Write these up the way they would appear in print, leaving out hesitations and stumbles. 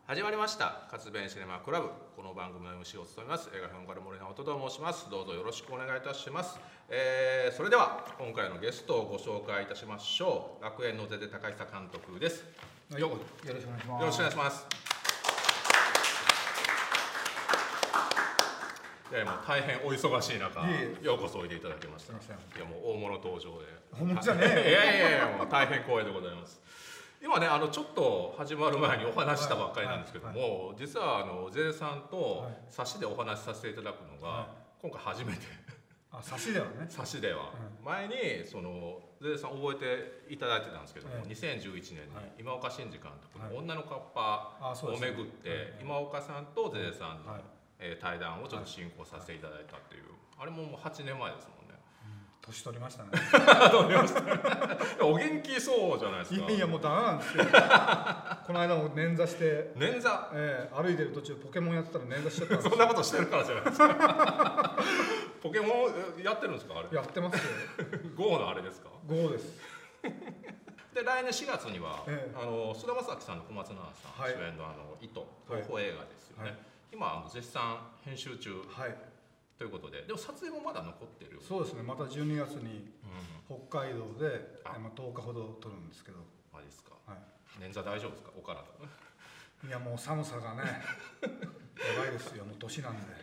始まりました活弁シネマクラブ。この番組の MC を務めます映画評論家の森直人と申します。どうぞよろしくお願いいたします。それでは今回のゲストをご紹介いたしましょう。楽園のゼゼ高久監督です。 よろしくお願いします。 よろしくお願いします。もう大変お忙しい中、ようこそおいでいただきました。いやもう大物登場で。 本物じゃねえ。いやもう大変光栄でございます。今ねちょっと始まる前にお話したばっかりなんですけども、実はゼゼさんと差しでお話しさせていただくのが今回初めて。 差しではね。 差しでは、前にゼゼさん覚えていただいてたんですけども、2011年に今岡伸二監督の「女のカッパ」をめぐって今岡さんとゼゼさんの対談をちょっと進行させていただいたっていう、あれももう8年前ですもんね。 年取りましたね。 お元気そうじゃないですか。 いやもうダメなんですよ。この間も捻挫して。 捻挫。 歩いてる途中ポケモンやってたら捻挫しちゃったんです。 そんなことしてるからじゃないですか。ポケモンやってるんですかあれ。 やってますよ。 GO のあれですか。 GO です。 で来年4月には菅田将暉さんの小松菜奈さん主演の糸東宝映画ですよね。今絶賛編集中。ということで、でも撮影もまだ残ってる。 そうですね。また12月に北海道で10日ほど撮るんですけど。 あれですか。捻挫大丈夫ですか、お体。 いやもう寒さがね、やばいですよ。もう年なんで。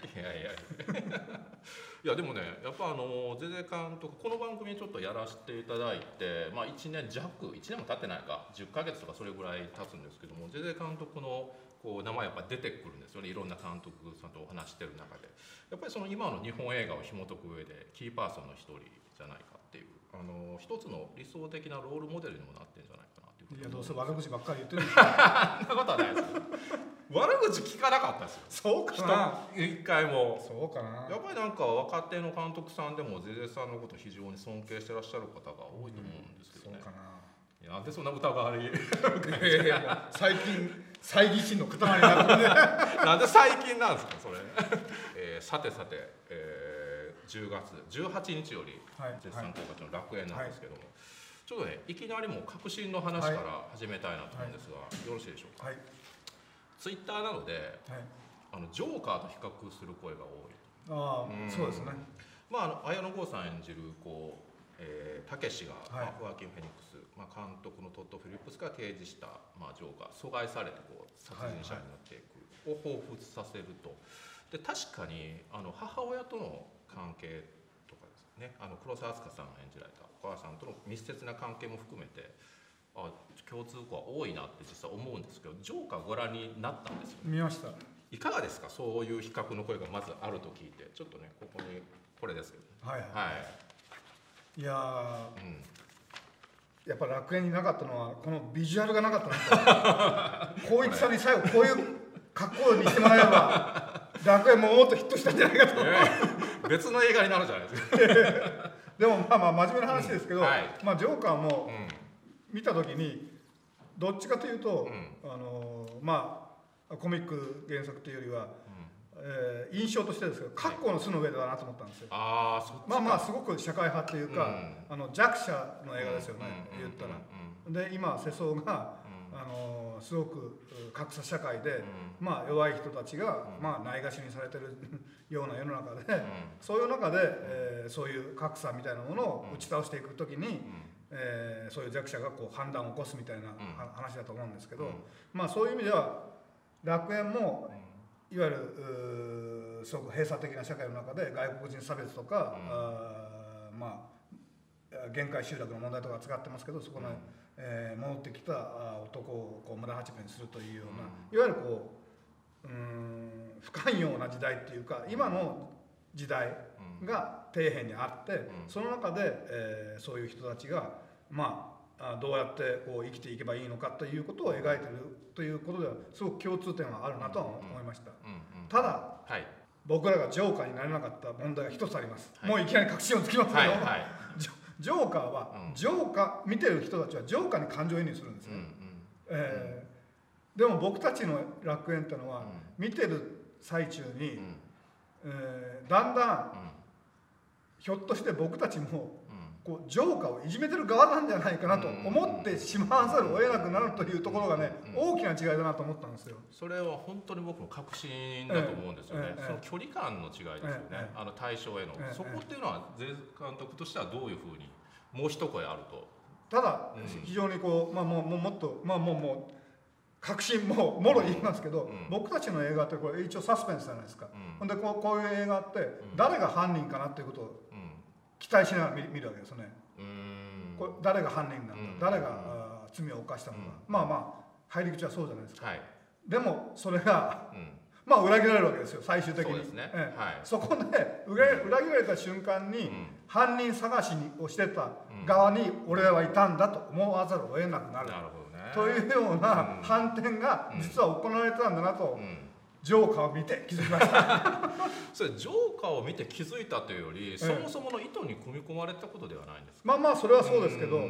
いやでもね、やっぱゼゼ監督この番組ちょっとやらせていただいて、まあ1年弱、1年も経ってないか、10ヶ月とかそれぐらい経つんですけども、ゼゼ監督のこう名前やっぱ出てくるんですよね。いろんな監督さんとお話してる中で、やっぱり今の日本映画を紐解く上でキーパーソンの一人じゃないかっていう、一つの理想的なロールモデルにもなってるんじゃないかなっていう。 いやどうせ悪口ばっかり言ってるんですか。 そんなことはないですよ。悪口聞かなかったですよ。 そうかな。 一回も。 そうかな。 やっぱりなんか若手の監督さんでもゼゼさんのこと非常に尊敬してらっしゃる方が多いと思うんですけどね。 そうかな。 いやなんでそんな疑われる。 最近猜疑心の塊になってね。 なんで最近なんですかそれ。さて、10月18日より絶賛公開中の楽園なんですけども、ちょっとねいきなりもう革新の話から始めたいなと思うんですが、よろしいでしょうか。ツイッターなどでジョーカーと比較する声が多い。 そうですね。 綾野剛さん演じるたけしがホアキン・フェニックス、監督のトッド・フィリップスが提示したジョーカー、阻害されて殺人者になっていくを彷彿させると。で確かに母親との関係とかですね、黒澤明日香さん演じられたお母さんとの密接な関係も含めて共通項は多いなって実際思うんですけど、ジョーカーご覧になったんですよね。 見ました。 いかがですか、そういう比較の声がまずあると聞いて。ちょっとねここにこれですけど、 いややっぱ楽園になかったのはこのビジュアルがなかったなと。光一さんに最後こういう格好にしてもらえれば楽園ももっとヒットしたんじゃないかと。 別の映画になるじゃないですか。 でも真面目な話ですけど、ジョーカーも見た時にどっちかというとコミック原作というよりは印象としてですけど格好の巣の上だなと思ったんですよ。すごく社会派というか弱者の映画ですよね、言ったら。で今世相がすごく格差社会で弱い人たちがないがしろにされてるような世の中で、そういう中でそういう格差みたいなものを打ち倒していく時にそういう弱者が判断を起こすみたいな話だと思うんですけど、そういう意味では楽園もいわゆるすごく閉鎖的な社会の中で外国人差別とか限界集落の問題とか使ってますけど、そこの戻ってきた男を村八分にするというような、いわゆる不寛容な時代っていうか今の時代が底辺にあって、その中でそういう人たちがどうやって生きていけばいいのかということを描いているということではすごく共通点はあるなとは思いました。ただ、僕らがジョーカーになれなかった問題が一つあります。もういきなり確信をつきますけど、ジョーカーは見てる人たちはジョーカーに感情移入するんですね。でも僕たちの楽園ってのは見てる最中にだんだんひょっとして僕たちもこうジョーカーをいじめてる側なんじゃないかなと思ってしまわざるを得なくなるというところがね、大きな違いだなと思ったんですよ。 それは本当に僕も確信だと思うんですよね。その距離感の違いですよね。対象への、そこっていうのは税監督としてはどういうふうにもう一声あると。 ただ、非常にこう、もっともう確信もろ言いますけど、僕たちの映画ってこれ一応サスペンスじゃないですか。ほんでこういう映画って誰が犯人かなっていうことを期待しながら見るわけですよね。これ誰が犯人なんだ、誰が罪を犯したのか、入り口はそうじゃないですか。でもそれが裏切られるわけですよ、最終的に。そこで裏切られた瞬間に犯人探しをしてた側に俺はいたんだと思わざるを得なくなるというような反転が実は行われてたんだなと。ジョーカーを見て気づきましたそれジョーカーを見て気づいたというより、そもそもの意図に組み込まれたことではないんですか。 それはそうですけど、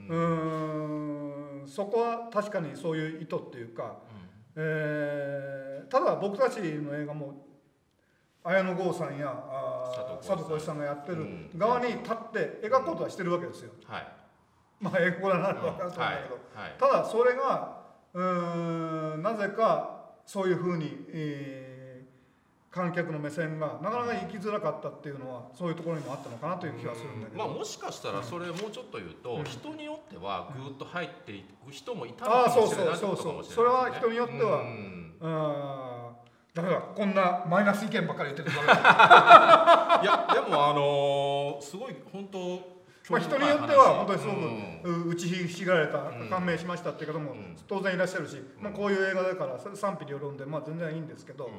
そこは確かにそういう意図っていうか、ただ僕たちの映画も綾野剛さんや佐藤浩市さんがやってる側に立って描こうとはしてるわけですよ。英語がなるわけだと思うんだけど、ただそれがなぜかそういうふうに、観客の目線がなかなか行きづらかったっていうのはそういうところにもあったのかなという気がするんだけど、 もしかしたらそれもうちょっと言うと、人によってはぐっと入っていく人もいたのかもしれないってことかもしれないですね。 それは人によってはだからこんなマイナス意見ばっかり言ってるわけいやでもすごい本当人によっては本当にすごく打ちひしがられた、感銘しましたっていう方も当然いらっしゃるし、こういう映画だから賛否両論で全然いいんですけど、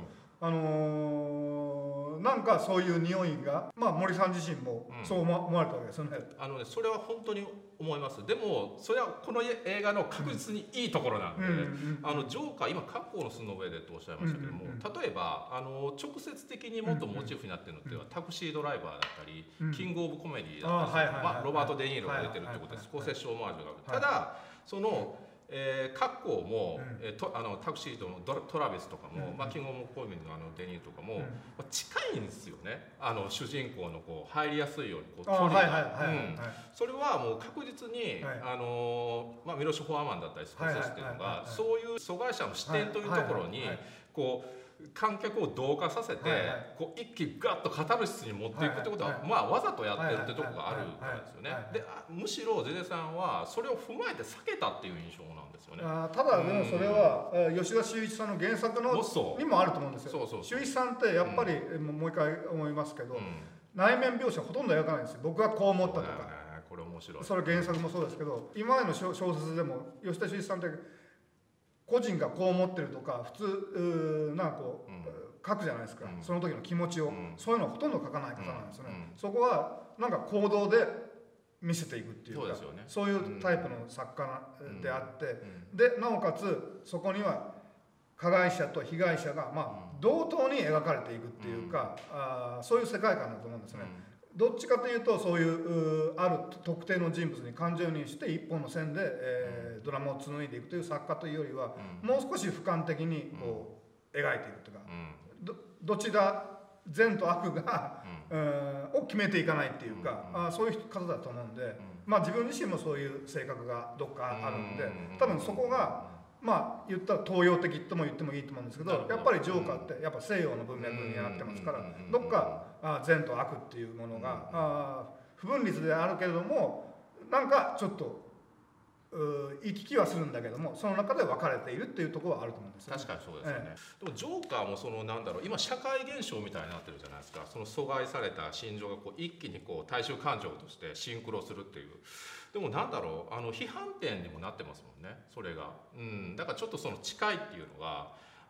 なんかそういう匂いが、森さん自身もそう思われたわけですよね。 それは本当に思います。でもそれはこの映画の確実にいいところなんで、ジョーカー今格好の巣の上でとおっしゃいましたけども、例えば直接的にもっとモチーフになっているのってはタクシードライバーだったり、キングオブコメディだったり、ロバート・デ・ニーロが出てるってことでスコセッシオマージュがある。ただその格好も、タクシーとのトラビスとかも、キングオブコメディのデニーとかも、近いんですよね。主人公のこう入りやすいようにこう距離が。それはもう確実にミロシ・フォアマンだったりスコセッシっていうのがそういう阻害者の視点というところにこう観客を同化させてこう一気にガッとカタルシスに持っていくってことはわざとやってるってとこがあるからですよね。でむしろゼゼさんはそれを踏まえて避けたっていう印象なんですよね。 ただでもそれは吉田修一さんの原作のにもあると思うんですよ。修一さんってやっぱりもう一回思いますけど、内面描写ほとんど描かないんですよ。僕はこう思ったとか。 これ面白い。それ原作もそうですけど、今までの小説でも吉田修一さんって個人がこう思ってるとか普通なんかこう書くじゃないですか、その時の気持ちを、そういうのはほとんど書かない方なんですよね。そこはなんか行動で見せていくっていうか、そういうタイプの作家であって、でなおかつそこには加害者と被害者が同等に描かれていくっていうか、そういう世界観だと思うんですね。どっちかというとそういうある特定の人物に感情移入して一本の線で、ドラマを紡いでいくという作家というよりは、もう少し俯瞰的にこう描いていくというか、どちら善と悪が、を決めていかないっていうか、そういう方だと思うんで、自分自身もそういう性格がどっかあるんで、多分そこが言ったら東洋的とも言ってもいいと思うんですけど、やっぱりジョーカーってやっぱ西洋の文脈になってますから、どっか善と悪っていうものが不分立であるけれども、なんかちょっと行き来はするんだけども、その中で分かれているっていうところはあると思うんですよね。 確かにそうですよね。でもジョーカーもその今社会現象みたいになってるじゃないですか。その阻害された心情がこう一気にこう大衆感情としてシンクロするっていう。でも批判点にもなってますもんね、それが。だからちょっとその近いっていうのが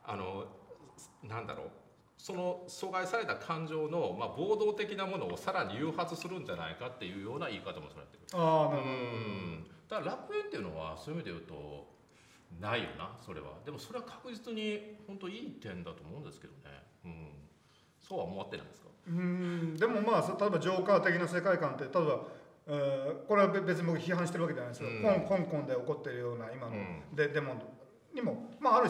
その阻害された感情の暴動的なものをさらに誘発するんじゃないかっていうような言い方もされてる。だから楽園っていうのはそういう意味で言うとないよな、それは。でもそれは確実に本当いい点だと思うんですけどね。そうは思ってないですか。 でも例えばジョーカー的な世界観って、例えばこれは別に僕批判してるわけじゃないですけど、香港で起こっているような今のデモにもある種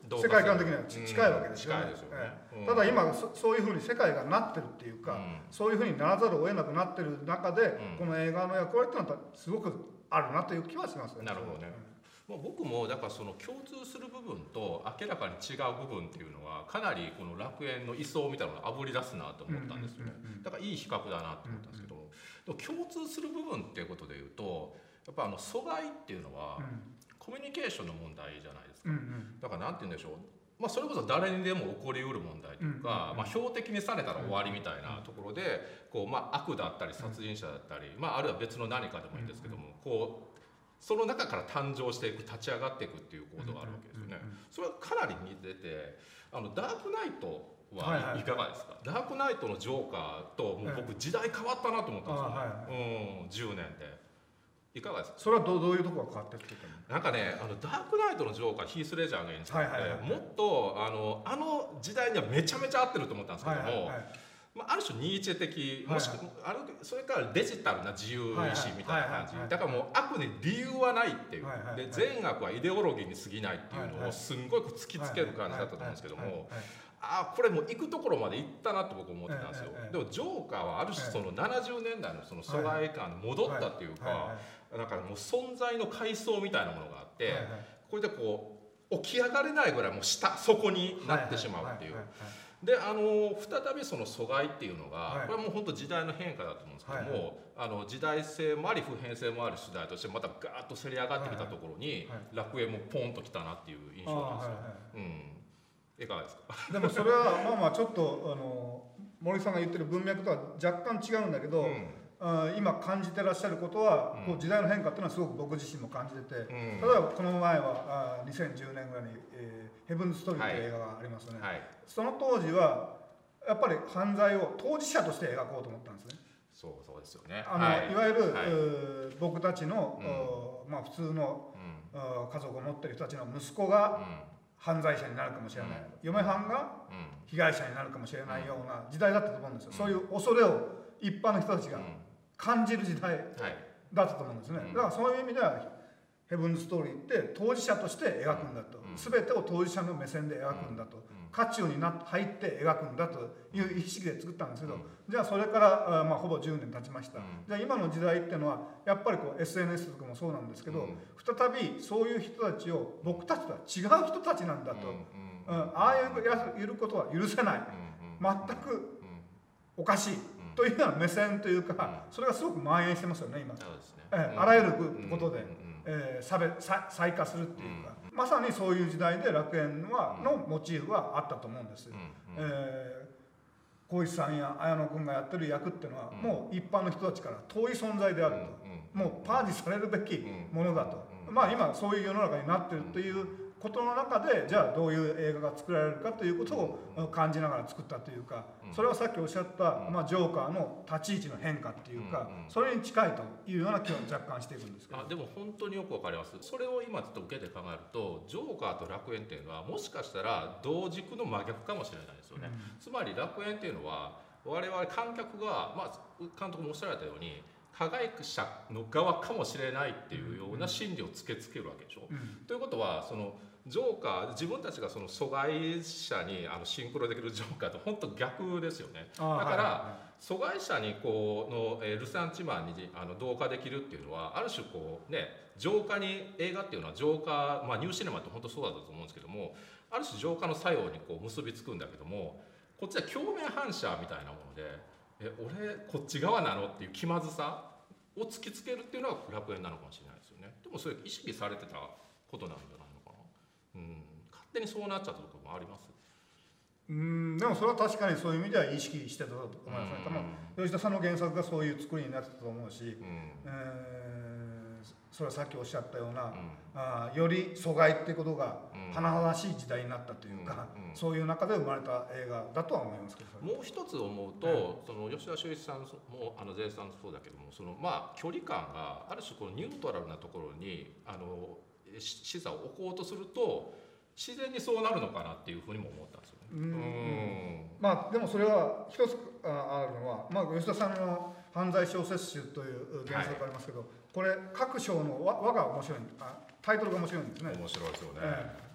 世界観的には近いわけですよね。 近いですよね。 ただ今そういうふうに世界がなってるっていうか、そういうふうにならざるを得なくなってる中で、この映画の役割っていうのはすごくあるなという気はしますね。 なるほどね。僕もだからその共通する部分と明らかに違う部分っていうのはかなりこの楽園の位相みたいなのをあぶり出すなと思ったんですよね。だからいい比較だなと思ったんですけど、でも共通する部分っていうことでいうとやっぱ阻害っていうのはコミュニケーションの問題じゃないですか。だからなんて言うんでしょう、それこそ誰にでも起こりうる問題というか、標的にされたら終わりみたいなところでこう、悪だったり殺人者だったり、あるいは別の何かでもいいんですけども、こうその中から誕生していく、立ち上がっていくっていう構造があるわけですよね。それはかなり似てて、ダークナイトはいかがですか？ダークナイトのジョーカーともう僕時代変わったなと思ったんですよね。10年で。いかがですか？ それはどういうところが変わってきてたの？ なんかね、ダークナイトのジョーカー、ヒース・レジャーが演じてて、もっとあの時代にはめちゃめちゃ合ってると思ったんですけども、ある種ニーチェ的、もしくはそれからデジタルな自由意志みたいな感じ、だからもう悪に理由はないっていう、で善悪はイデオロギーに過ぎないっていうのをすんごい突きつける感じだったと思うんですけども、これもう行くところまで行ったなと僕思ってたんですよ。でもジョーカーはある種その70年代のその疎外感に戻ったっていうか、なんかもう存在の階層みたいなものがあって、これでこう起き上がれないぐらいもう底になってしまうっていう。で再びその阻害っていうのが、これはもう本当時代の変化だと思うんですけども、時代性もあり普遍性もある時代としてまたガーッとせり上がってきたところに楽園もポンときたなっていう印象なんですよ。いかがですか？ でもそれはちょっと森さんが言ってる文脈とは若干違うんだけど、今感じてらっしゃることは、こう時代の変化っていうのはすごく僕自身も感じてて、例えばこの前は2010年ぐらいにヘブンズ・ストーリーという映画がありますね。その当時はやっぱり犯罪を当事者として描こうと思ったんですね。 そうですよね。 いわゆる、僕たちの、普通の、家族を持ってる人たちの息子が犯罪者になるかもしれない、嫁はんが被害者になるかもしれないような時代だったと思うんですよ。そういう恐れを一般の人たちが感じる時代だったと思うんですね。だからそういう意味ではヘブンズ・ストーリーって当事者として描くんだと、全てを当事者の目線で描くんだと、渦中に入って描くんだという意識で作ったんですけど、じゃあそれからほぼ10年経ちました。じゃあ今の時代っていうのはやっぱりこう SNS とかもそうなんですけど、再びそういう人たちを僕たちとは違う人たちなんだと、ああいうやることは許せない、全くおかしいというような目線というか、それがすごく蔓延してますよね今。あらゆることで再化するっていうか、まさにそういう時代で楽園のモチーフはあったと思うんです。光一さんや綾野君がやってる役っていうのはもう一般の人たちから遠い存在であると、もうパージされるべきものだと、今そういう世の中になってるということの中で、じゃあどういう映画が作られるかということを感じながら作ったというか、それはさっきおっしゃった、ジョーカーの立ち位置の変化っていうか、それに近いというような気は若干しているんですけど。 でも本当によくわかります。それを今ちょっと受けて考えると、ジョーカーと楽園っていうのはもしかしたら同軸の真逆かもしれないですよね。つまり楽園っていうのは我々観客が、監督もおっしゃられたように加害者の側かもしれないっていうような心理をつけつけるわけでしょ。ということはそのジョーカー、自分たちがその阻害者にシンクロできるジョーカーと本当逆ですよね。だから阻害者にルサンチマンに同化できるっていうのはある種浄化に、映画っていうのは浄化、ニューシネマって本当そうだと思うんですけども、ある種浄化の作用に結びつくんだけども、こっちは鏡面反射みたいなもので俺こっち側なのっていう気まずさを突きつけるっていうのが楽園なのかもしれないですよね。でもそれ意識されてたことなんじゃないのかな。勝手にそうなっちゃったところもあります。 でもそれは確かにそういう意味では意識してたと思いますね。吉田さんの原作がそういう作りになってたと思うし、それはさっきおっしゃったような、より疎外っていうことが甚だしい時代になったというか、そういう中で生まれた映画だとは思いますけど、 もう一つ思うと、その吉田修一さんも税さんそうだけども、その距離感がある種このニュートラルなところに視座を置こうとすると自然にそうなるのかなっていうふうにも思ったんですよね。 でもそれは一つあるのは、吉田さんの「犯罪小説集」という原作がありますけど、これ各章の和が面白い、タイトルが面白いんですね。 面白いですよね。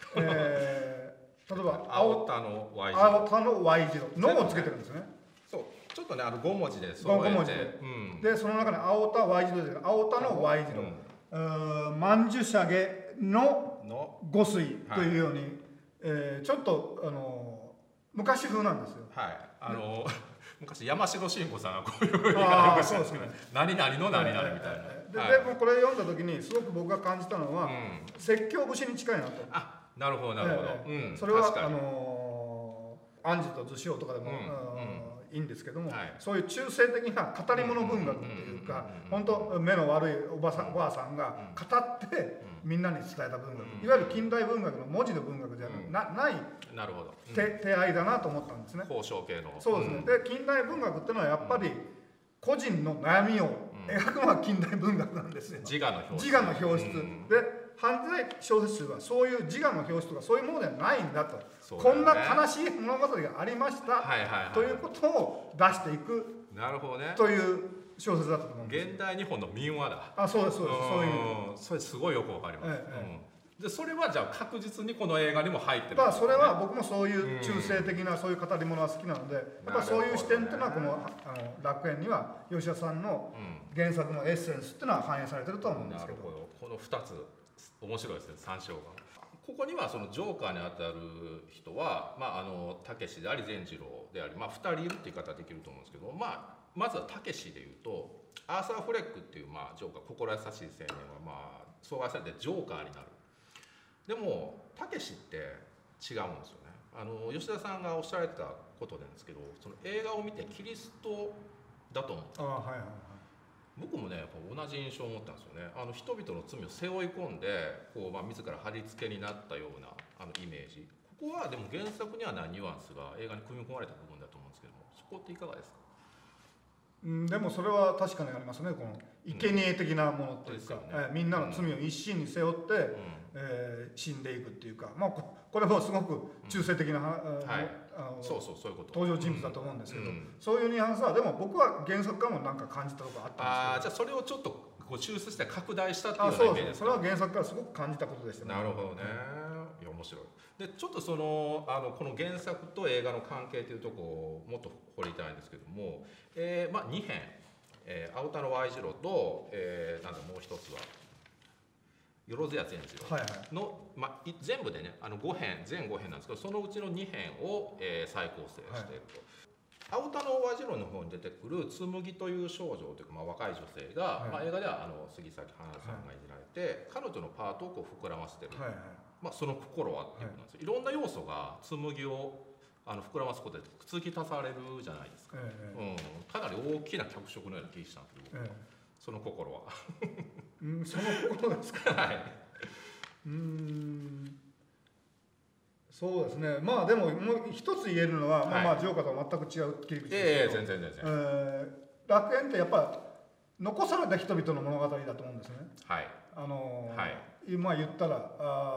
例えば青田の Y 字路、 青田の Y 字路のをつけてるんですね。 そうちょっとね5文字で 5文字で、でその中に青田 Y 字路で青田の Y 字路、曼殊沙華の五水というように、ちょっと昔風なんですよ。 昔山城慎吾さんがこういう言い方をしてるんですけど、何々の何々みたいな。 でもこれ読んだ時にすごく僕が感じたのは、説教節に近いなと。 なるほどなるほど。 それは安治と図章とかでもいいんですけども、そういう中性的な語り物文学っていうか、本当目の悪いおばあさんが語ってみんなに伝えた文学、いわゆる近代文学の文字の文学じゃない手合いだなと思ったんですね。 交渉系の。 そうですね。で近代文学っていうのはやっぱり個人の悩みを描くのは近代文学なんですよ。 自我の表出。 自我の表出で。犯罪小説集はそういう自我の表出とかそういうものではないんだと、こんな悲しい物語がありましたということを出していくという小説だったと思うんです。 現代日本の民話だ。 そうですそうです。そういうそれすごいよくわかります。でそれはじゃあ確実にこの映画にも入ってる。 それは僕もそういう中性的なそういう語り物は好きなので、やっぱそういう視点っていうのはこの楽園には吉田さんの原作のエッセンスっていうのは反映されてると思うんですけど。 なるほど。この2つ面白いですね、参照が。ここにはそのジョーカーにあたる人はたけしであり善次郎であり、2人いるって言い方できると思うんですけど、まずはたけしでいうとアーサー・フレックっていうジョーカー、心優しい青年は阻害されてジョーカーになる。でもたけしって違うんですよね。吉田さんがおっしゃられたことなんですけど、その映画を見てキリストだと思った。僕もねやっぱ同じ印象を持ったんですよね。人々の罪を背負い込んで自ら貼り付けになったようなイメージ。ここはでも原作にはないニュアンスが映画に組み込まれた部分だと思うんですけども、そこっていかがですか？ でもそれは確かにありますね。この生贄的なものというか、みんなの罪を一身に背負って、死んでいくっていうか、これもすごく中性的な登場人物だと思うんですけど、そういうニュアンスはでも僕は原作からもなんか感じたところがあったんですけど。 じゃあそれをちょっと抽出して拡大したっていうようなイメージですか？ それは原作からすごく感じたことでしたね。 なるほどね。いや面白い。でちょっとこの原作と映画の関係というところをもっと掘りたいんですけども、2編、青田の Y 字路と、もう一つはよろずや善次郎の、全部でね全5編なんですけど、そのうちの2編を、再構成していると。青田の Y 字路の方に出てくる紬という少女というか、若い女性が、映画では杉咲花さんが演じられて、彼女のパートを膨らませてる、その心はっていうことなんですよ。いろんな要素が紬を膨らますことで突き足されるじゃないですか。かなり大きな脚色のような気がしたんですけど、その心はその心ですか？ はい。 そうですね。でももう一つ言えるのは、ジョーカーとは全く違う切り口ですけど、 全然楽園ってやっぱ残された人々の物語だと思うんですね。今言ったら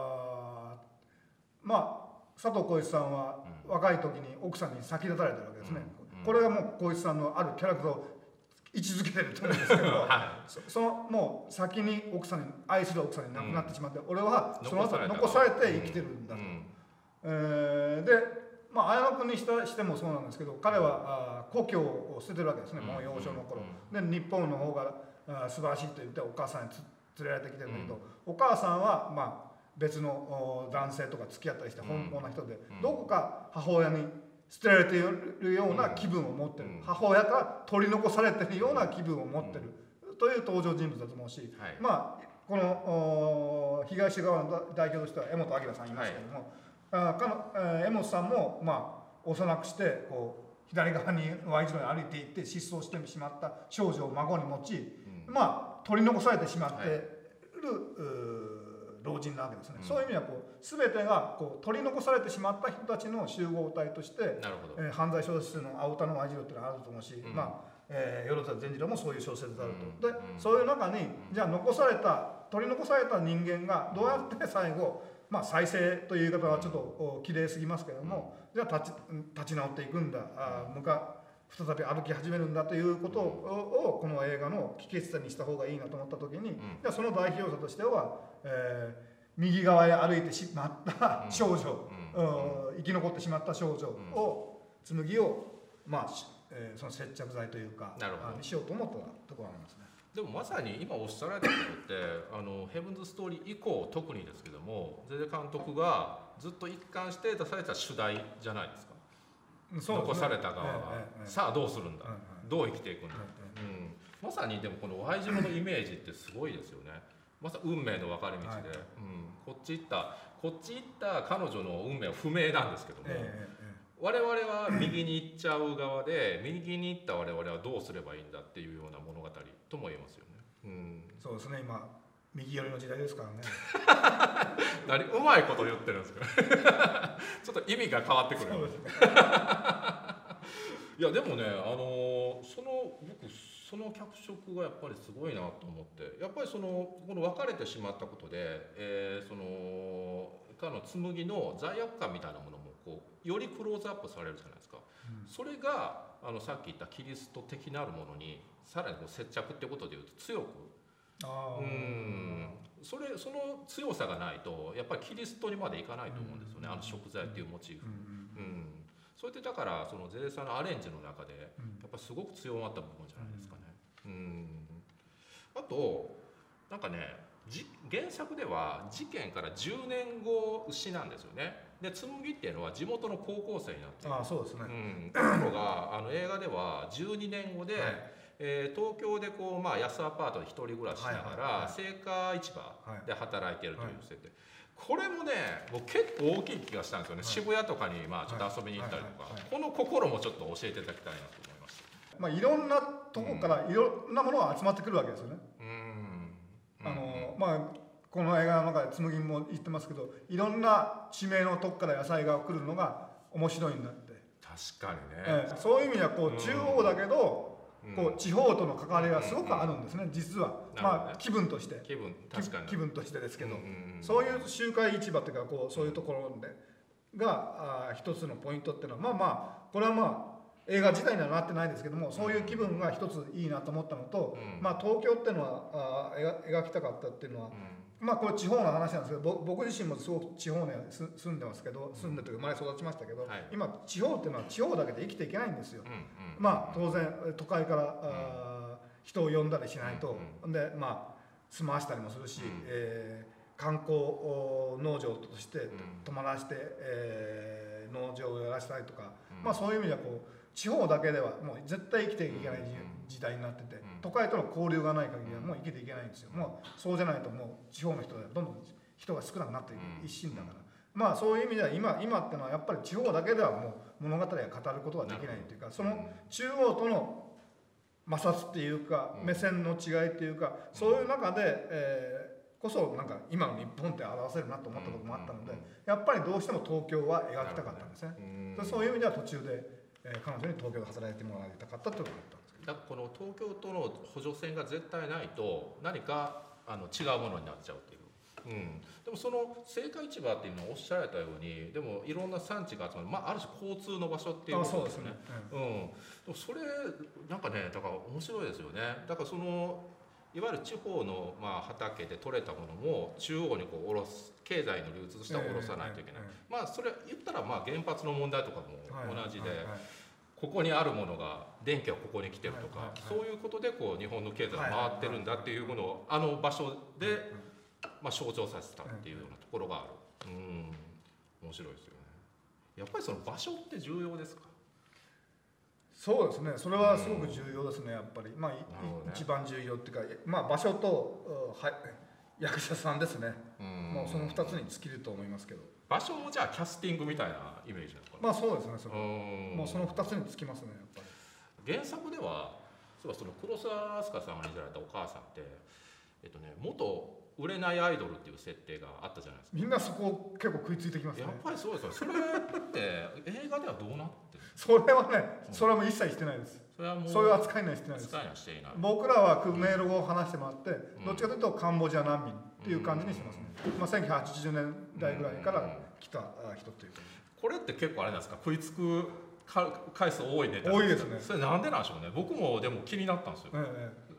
佐藤浩市さんは若い時に奥さんに先立たれてるわけですね。これがもう浩市さんのあるキャラクターを位置づけてると思うんですけど、そのもう先に愛する奥さんに亡くなってしまって、俺はその後残されて生きてるんだと。で綾野君にしてもそうなんですけど、彼は故郷を捨ててるわけですね、もう幼少の頃。で日本の方が素晴らしいと言ってお母さんに連れられてきてるんだけど、お母さんは別の男性とか付き合ったりして奔放な人で、どこか母親に捨てられているような気分を持ってる、母親から取り残されているような気分を持ってるという登場人物だと思うし、この東側の代表としては江本明さんいますけども、江本さんも幼くして左側に Y 字路に歩いていって失踪してしまった少女を孫に持ち、取り残されてしまっている老人なわけですね。そういう意味では全てが取り残されてしまった人たちの集合体として、犯罪小説の青田の Y 字路っていうのがあると思うし、よろずや善次郎もそういう小説であると。でそういう中にじゃあ取り残された人間がどうやって最後再生という言い方はちょっと綺麗すぎますけども、じゃあ立ち直っていくんだ、再び歩き始めるんだということをこの映画の帰結点にした方がいいなと思った時に、じゃあその代表者としては、 右側へ歩いてしまった少女、生き残ってしまった少女を、紬をまあその接着剤というかにしようと思ったところがありますね。 でもまさに今おっしゃられたことってヘブンズ・ストーリー以降特にですけども、ゼゼ監督がずっと一貫して出された主題じゃないですか。残された側は、さあどうするんだ、どう生きていくんだ、まさにでもこの Y 字路のイメージってすごいですよね。まさに運命の分かれ道で、こっち行った彼女の運命は不明なんですけども、我々は右に行っちゃう側で、右に行った我々はどうすればいいんだっていうような物語とも言えますよね。 そうですね、今右寄りの時代ですからね。 何うまいこと言ってるんですか。ちょっと意味が変わってくる。そうですね。いやでもね、僕その脚色がやっぱりすごいなと思って、やっぱりこの別れてしまったことで、彼の紬の罪悪感みたいなものもこうよりクローズアップされるじゃないですか。それがさっき言ったキリスト的なるものにさらにこう接着っていうことでいうと強く。その強さがないとやっぱりキリストにまでいかないと思うんですよね、食材っていうモチーフ。それってだからそのゼゼさんのアレンジの中でやっぱりすごく強まった部分じゃないですかね。あとなんかね、原作では事件から10年後詩なんですよね。で紬っていうのは地元の高校生になっている。 そうですね。 ところが映画では12年後で、東京でこう、安アパートで一人暮らししながら青果市場で働いてるという設定、これもね僕結構大きい気がしたんですよね。渋谷とかにちょっと遊びに行ったりとか、この心もちょっと教えていただきたいなと思いました。 いろんなとこからいろんなものが集まってくるわけですよね。この映画の中で紬も言ってますけど、いろんな地名のとこから野菜が来るのが面白いんだって。 確かにね、 そういう意味ではこう中央だけど、こう地方との関わりがすごくあるんですね、実は。気分として気分としてですけど、そういう集会市場というかこうそういうところでが一つのポイントっていうのはこれは映画自体にはなってないですけども、そういう気分が一ついいなと思ったのと、東京っていうのは描きたかったっていうのは、これ地方の話なんですけど、僕自身もすごく地方に住んでますけど、住んでというか生まれ育ちましたけど、今地方っていうのは地方だけで生きていけないんですよ。当然都会から人を呼んだりしないと、で住まわしたりもするし、観光農場として泊まらせて、農場をやらせたりとか、そういう意味ではこう地方だけではもう絶対生きていけない時代になってて、都会との交流がない限りはもう生きていけないんですよ。もうそうじゃないともう地方の人でどんどん人が少なくなっていく一心だから、そういう意味では今っていうのはやっぱり地方だけではもう物語は語ることができないというか、その中央との摩擦っていうか目線の違いっていうか、そういう中で、こそなんか今の日本って表せるなと思ったこともあったので、やっぱりどうしても東京は描きたかったんですね。そういう意味では途中で彼女に東京で働いてもらいたかったということだったんですけど、 だからこの東京との補助線が絶対ないと何か違うものになっちゃうっていう。でもその青果市場っていうのをおっしゃられたように、でもいろんな産地が集まる、ある種交通の場所っていうことですよね。でもそれなんかね、だから面白いですよね。だからいわゆる地方の畑で採れたものも中央にこう卸す、経済の流通としては卸さないといけない。それ言ったら原発の問題とかも同じで、ここにあるものが電気はここに来てるとか、そういうことでこう日本の経済が回ってるんだっていうものをあの場所で象徴させたっていうようなところがある。面白いですよね。やっぱりその場所って重要ですか？ そうですね、それはすごく重要ですね、やっぱり。一番重要っていうか、場所と役者さんですね。もうその2つに尽きると思いますけど。 場所もじゃあキャスティングみたいなイメージなのかな？ そうですね、もうその2つに尽きますね、やっぱり。原作ではその黒澤明日香さんが演じられたお母さんって元売れないアイドルっていう設定があったじゃないですか。 みんなそこ結構食いついてきますね。 やっぱりそうですよ。それって映画ではどうなってる？ それはね、それはもう一切してないです。それはもうそういう扱いにはしてないです。僕らはメールを話してもらって、どっちかというとカンボジア難民っていう感じにしてますね。1980年代ぐらいから来た人というか。 これって結構あれなんですか、食いつく回数多いネタ？ 多いですね。 それなんでなんでしょうね。僕もでも気になったんですよ。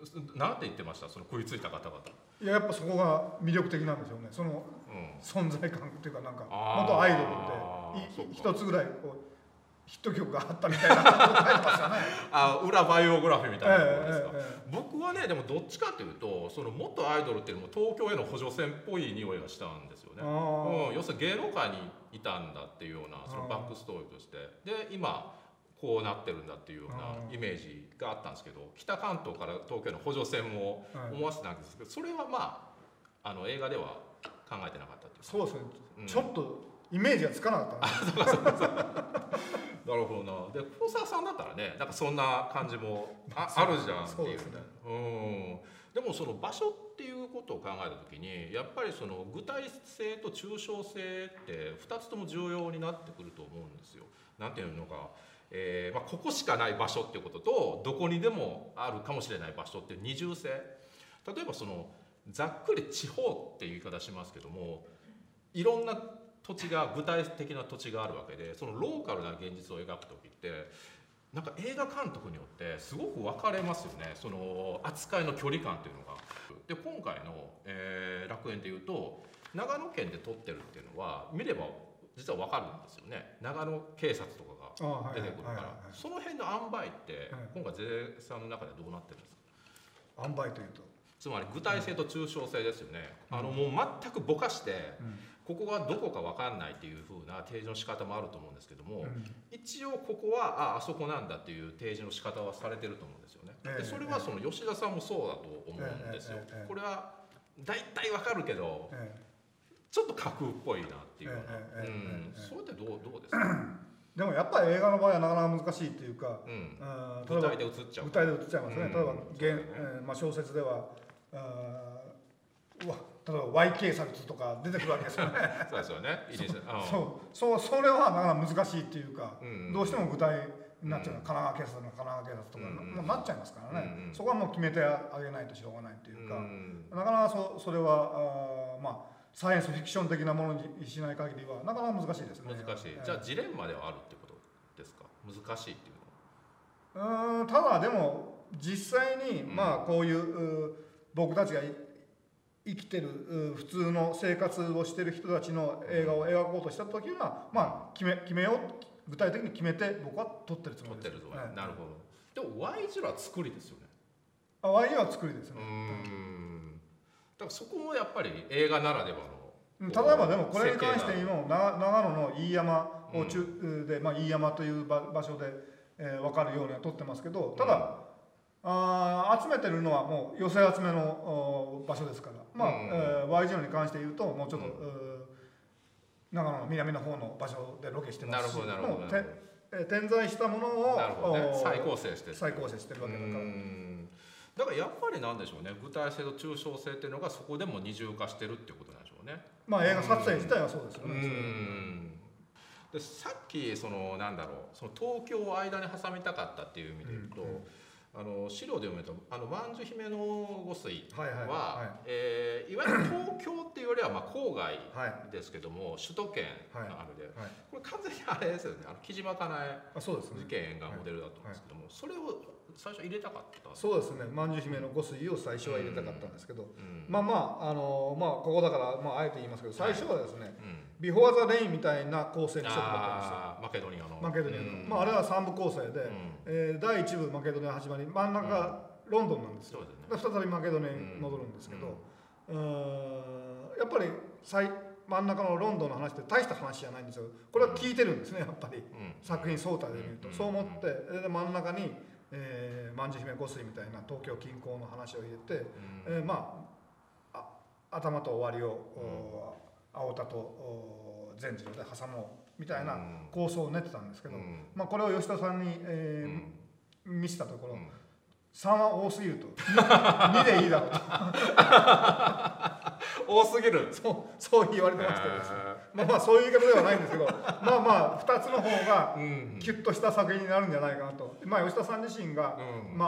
なんて言ってました、その食いついた方々。 いや、やっぱそこが魅力的なんでしょうね。その存在感っていうか、なんか元アイドルで一つぐらいこうヒット曲があったみたいなこと書いてますよね。 裏バイオグラフィーみたいなところですか。僕はね、でもどっちかというと、その元アイドルっていうのも東京への補助線っぽい匂いがしたんですよね。要するに芸能界にいたんだっていうようなそのバックストーリーとして、で今こうなってるんだっていうようなイメージがあったんですけど、北関東から東京への補助線も思わせてたんですけど、それはまあ映画では考えてなかったっていう。 そうですね、ちょっとイメージがつかなかったなるほどな。で黒沢さんだったらね、なんかそんな感じもあるじゃんっていうね。でもその場所っていうことを考えた時に、やっぱりその具体性と抽象性って2つとも重要になってくると思うんですよ。なんていうのか、ここしかない場所っていうことと、どこにでもあるかもしれない場所っていう二重性。例えばそのざっくり地方っていう言い方しますけども、いろんな土地が、具体的な土地があるわけで、そのローカルな現実を描く時ってなんか映画監督によってすごく分かれますよね、その扱いの距離感っていうのが。で今回の、楽園でいうと長野県で撮ってるっていうのは見れば実は分かるんですよね。長野警察とかが出てくるから、その辺の塩梅って今回税さんの中でどうなってるんですか。 塩梅というと、 つまり具体性と抽象性ですよね。もう全くぼかして、ここがどこか分かんないっていう風な提示の仕方もあると思うんですけども、一応ここはあそこなんだっていう提示の仕方はされてると思うんですよね。でそれはその吉田さんもそうだと思うんですよ。これは大体分かるけど、ちょっと架空っぽいなっていうような。それってどうですか。 でもやっぱり映画の場合はなかなか難しいっていうか、 具体で映っちゃう。 具体で映っちゃいますね。例えば小説では例えば Y 警察とか出てくるわけですよね。 そうですよね。 それはなかなか難しいっていうか、どうしても具体になっちゃう。神奈川警察の神奈川警察とかもうなっちゃいますからね。そこはもう決めてあげないとしょうがないっていうか、なかなかそれはサイエンスフィクション的なものにしない限りはなかなか難しいですね。 難しい。じゃあジレンマではあるってことですか。難しいっていうのは。ただでも実際にこういう僕たちが生きてる普通の生活をしてる人たちの映画を描こうとした時には決めよう、具体的に決めて僕は撮ってるつもりです。 なるほど。でも Y 字は作りですよね。 Y 字は作りですね。 だからそこもやっぱり映画ならではの。 例えばでもこれに関しても長野の飯山をで飯山という場所で分かるようには撮ってますけど、ただ集めてるのはもう寄せ集めの場所ですから、Y 字路に関して言うともうちょっと長野の南の方の場所でロケしてますし、点在したものを再構成してるわけだから。 だからやっぱりなんでしょうね、具体性と抽象性っていうのがそこでも二重化してるっていうことなんでしょうね。 映画撮影自体はそうですよね。 でさっきそのなんだろう、その東京を間に挟みたかったっていう意味で言うと、資料で読むと万樹姫の御水はいわゆる東京っていうよりは郊外ですけども、首都圏があるで、これ完全にあれですよね、木島かなえ事件がモデルだと思うんですけども、それを最初入れたかった。 そうですね、万樹姫の御水を最初は入れたかったんですけど、ここだからあえて言いますけど、最初はですね、ビフォーザレインみたいな構成にしようと思ったんですよ。 マケドニアのあれは3部構成で、第1部マケドニア始まり、真ん中がロンドンなんですよ。再びマケドニアに戻るんですけど、やっぱり真ん中のロンドンの話って大した話じゃないんですよ。これは聞いてるんですね、やっぱり作品総体で見ると。そう思ってで真ん中に万樹姫御水みたいな東京近郊の話を入れて、頭と終わりを青田と善次郎で挟もうみたいな構想を練ってたんですけど、これを吉田さんに見せたところ、3は多すぎると、2でいいだろうと多すぎる、 そう言われてましてですね、そういう言い方ではないんですけど、2つの方がキュッとした作品になるんじゃないかなと。吉田さん自身が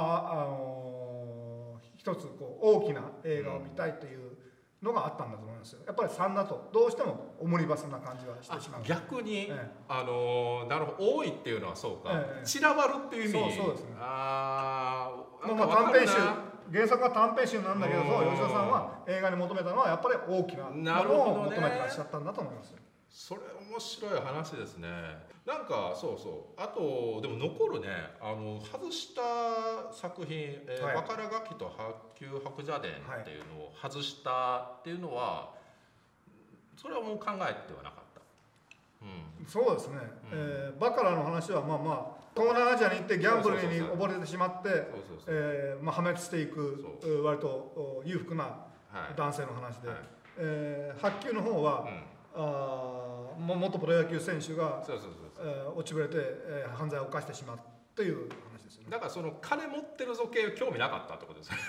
一つ大きな映画を見たいというのがあったんだと思いますよ。やっぱり3だとどうしてもオムニバスな感じはしてしまう。 逆に、なるほど、多いっていうのはそうか、散らばるっていう意味。 そうですね。 原作は短編集なんだけど、吉田さんは映画に求めたのはやっぱり大きなものを求めてらっしゃったんだと思います。 それ面白い話ですね。なんかそうそう、あとでも残るね、外した作品、バカラガキと白球白蛇伝っていうのを外したっていうのは、それはもう考えてはなかった。 そうですね、バカラの話はまあまあ東南アジアに行ってギャンブルに溺れてしまって破滅していく割と裕福な男性の話で、白球の方は、元プロ野球選手が落ちぶれて犯罪を犯してしまうという話ですよね。 だからその金持ってるぞ系興味なかったってことですね。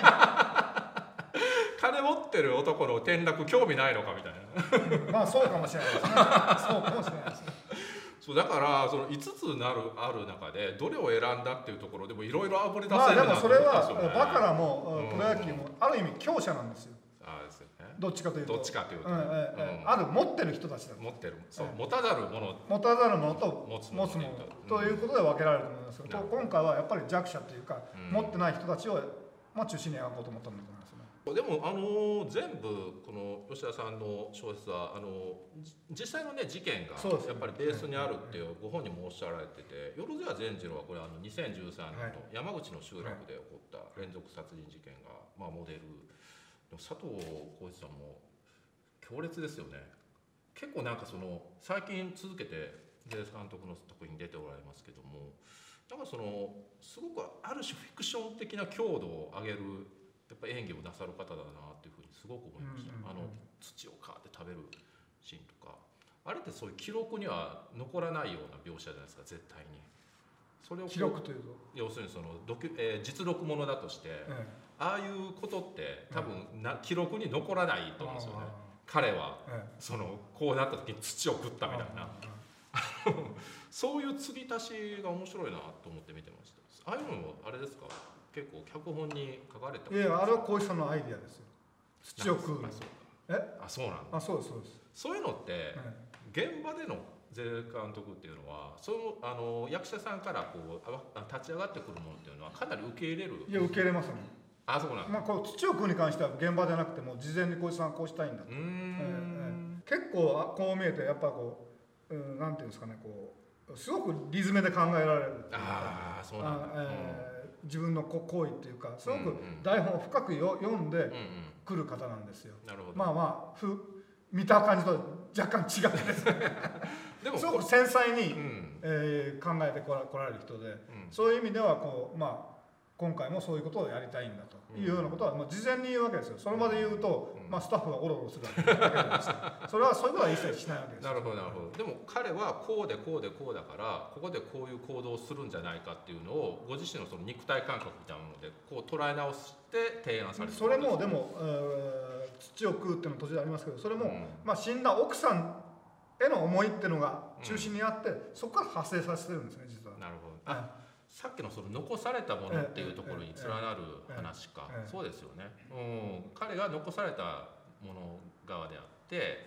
金持ってる男の転落興味ないのかみたいな。 まあそうかもしれないですね。そうかもしれないですね。 そうだからその5つある中でどれを選んだっていうところでもいろいろあぶり出せるなと思ったんですよね。 まあでもそれはバカラもプロ野球もある意味強者なんですよ。 ですよね。 どっちかというと。 どっちかというと。 ある持ってる人たちだ。 持ってる。そう、持たざるもの。 持たざるものと持つものということで分けられると思いますけど、今回はやっぱり弱者というか持ってない人たちを中心に描こうと思ったんだと思いますね。 でも全部この吉田さんの小説は実際のね事件がやっぱりベースにあるってご本人もおっしゃられてて、万屋善次郎はこれ2013年の山口の集落で起こった連続殺人事件がモデル。佐藤浩市さんも強烈ですよね。結構なんかその最近続けて出監督の作品に出ておられますけども、なんかそのすごくある種フィクション的な強度を上げるやっぱ演技をなさる方だなっていうふうにすごく思いました。土を皮で食べるシーンとか、あれってそういう記録には残らないような描写じゃないですか、絶対に。それを記録というと要するにその実録ものだとして、ああいうことって多分記録に残らないと思うんですよね。彼はそのこうなった時に土を食ったみたいなそういう継ぎ足しが面白いなと思って見てました。ああいうのもあれですか、結構脚本に書かれた。 いや、あれは小石さんのアイディアですよ。土を食う。 そうなんだ。 そうですそうです。 そういうのって現場での税監督っていうのはその役者さんからこう立ち上がってくるものっていうのはかなり受け入れる。 いや、受け入れますね。 そうなんだ。 こう土を食うに関しては現場じゃなくても事前に小石さんはこうしたいんだと。結構こう見えてやっぱこうなんていうんですかね、こうすごくリズムで考えられる。 そうなんだ。 自分の行為っていうかすごく台本を深く読んでくる方なんですよ。 なるほど。 まあ見た感じと若干違ってですねでもすごく繊細に、考えてこられる人で、そういう意味ではこう今回もそういうことをやりたいんだというようなことは事前に言うわけですよ。その場で言うと、スタッフがオロオロするわけですそれはそういうことは一切しないわけです。 なるほどなるほど。でも彼はこうでこうでこうだからここでこういう行動をするんじゃないかっていうのをご自身のその肉体感覚みたいなものでこう捉え直して提案されてる。 それもでも土を食うっていうの途中でありますけど、それも、死んだ奥さんへの思いっていうのが中心にあって、そこから派生させてるんですね、実は。 なるほど。さっきのその残されたものっていうところに連なる話か。そうですよね。彼が残されたもの側であって、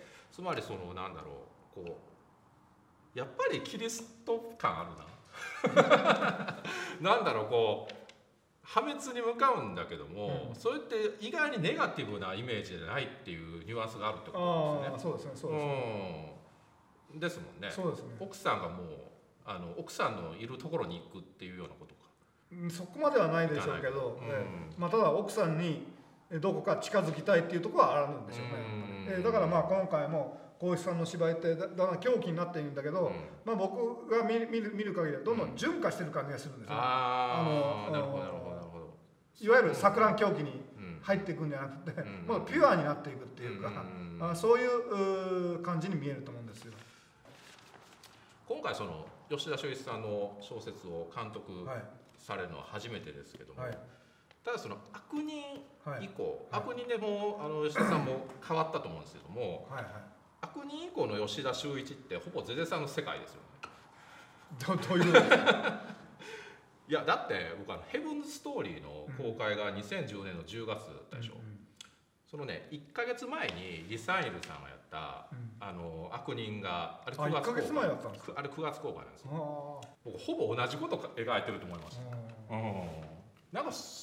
つまりそのなんだろう、こうやっぱりキリスト感あるな。なんだろう、こう破滅に向かうんだけども、それって意外にネガティブなイメージじゃないっていうニュアンスがあるってことですね。 そうですね、そうですね。 ですもんね。 そうですね。 奥さんがもう奥さんのいるところに行くっていうようなことか。 そこまではないでしょうけど、ただ奥さんにどこか近づきたいっていうところはあるんでしょうね。だから今回も光一さんの芝居ってだんだん狂気になっているんだけど、僕が見る限りはどんどん純化してる感じがするんですよ。 なるほどなるほどなるほど。 いわゆる錯乱狂気に入っていくんじゃなくて、もうピュアになっていくっていうか、そういう感じに見えると思うんですよ。 今回その吉田松一さんの小説を監督されるのは初めてですけども、ただその悪人以降、悪人でも吉田さんも変わったと思うんですけども、悪人以降の吉田修一ってほぼゼゼさんの世界ですよね。 どういうことですか？ いやだって僕ヘブンズ・ストーリーの公開が2010年の10月だったでしょ。そのね1ヶ月前にリサイルさんがやった、悪人があれ9月公開。あれ9月公開なんですよ。僕ほぼ同じこと描いてると思います。なんか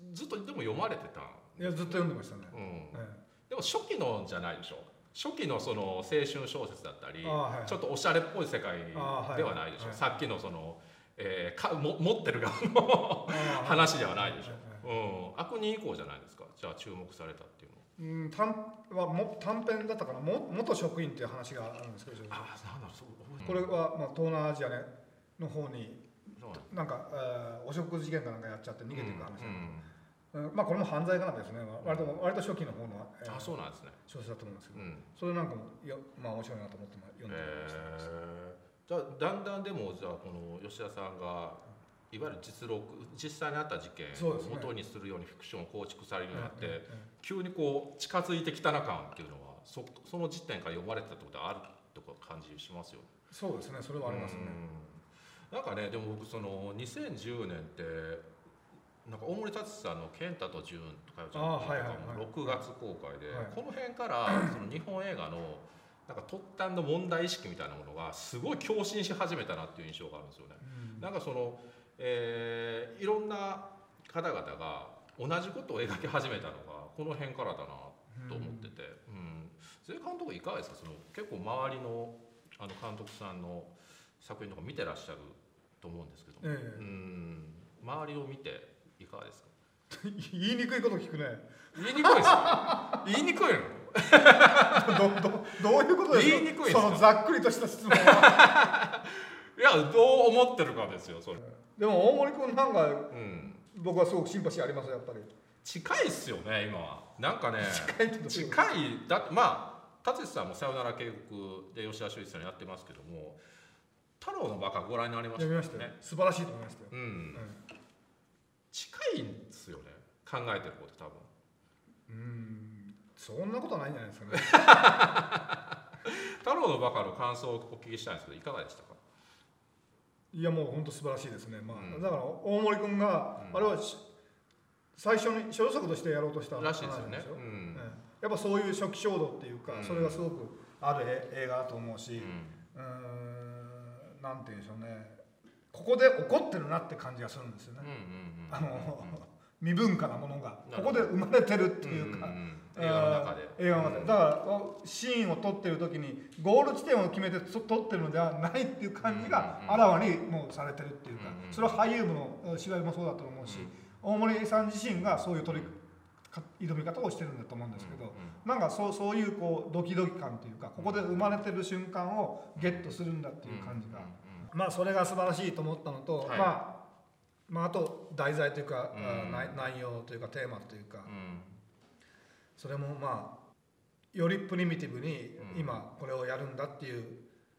ずっとでも読まれてたん。 いやずっと読んでましたね。 でも初期のじゃないでしょ。初期のその青春小説だったり、 はい、 ちょっとおしゃれっぽい世界ではないでしょ。 はい、 さっきのその、持ってる側の話ではないでしょ。悪人以降じゃないですか。じゃあ注目されたっていうの。 短編だったかな。元職員っていう話があるんですけど。 なんだろう、そう。 これはまあ東南アジアの方になんか汚職事件かなんかやっちゃって逃げていく話。まあこれも犯罪かなんですね。割と初期の方のそうなんですね。 小説だと思うんですけど、それなんかもまあ面白いなと思って読んでました。 じゃあだんだんでもじゃあこの吉田さんがいわゆる実際にあった事件を元にするようにフィクションを構築されるようになって、急にこう近づいてきたな感っていうのはその時点から読まれてたってことはあるとか感じしますよね。 そうですね、それはありますね。 なんかね、でも僕その2010年ってなんか大森達さんの「健太と純とか6月公開で、この辺からその日本映画のなんか突端の問題意識みたいなものがすごい共振し始めたなっていう印象があるんですよね。なんかその、いろんな方々が同じことを描き始めたのがこの辺からだなと思ってて、それ監督いかがですか？その結構周りの監督さんの作品とか見てらっしゃると思うんですけど、周りを見ていかがですか？ 言いにくいこと聞くね。 言いにくいですか？言いにくいの？ どういうことですか？ 言いにくいですか？ そのざっくりとした質問は。 いや、どう思ってるかですよ、それ。 でも大森君なんか、僕はすごくシンパシーありますよ、やっぱり。 近いっすよね、今は。なんかね、近いだってまあ達さんも「さよなら渓谷」で吉田修一さんやってますけども、太郎のバカご覧になりましたね。素晴らしいと思いましたよ。 近いんですよね、考えてること多分。 そんなことはないんじゃないですかね。 太郎のバカの感想をお聞きしたいんですけど、いかがでしたか？ いやもう本当素晴らしいですね。まあだから大森君があれは最初に消息としてやろうとしたらしいですよね。 やっぱそういう初期衝動っていうか、それがすごくある映画だと思うし、なんていうんでしょうね、ここで起こってるなって感じがするんですよね。未文化なものがここで生まれてるっていうか、 映画の中で。 だからシーンを撮ってる時にゴール地点を決めて撮ってるのではないっていう感じがあらわにもうされてるっていうか、それは俳優部の芝居もそうだと思うし、大森さん自身がそういう挑み方をしてるんだと思うんですけど、なんかそういうこうドキドキ感というか、ここで生まれてる瞬間をゲットするんだっていう感じが、まあそれが素晴らしいと思ったのと、まああと題材というか内容というかテーマというか、それもまあよりプリミティブに今これをやるんだっていう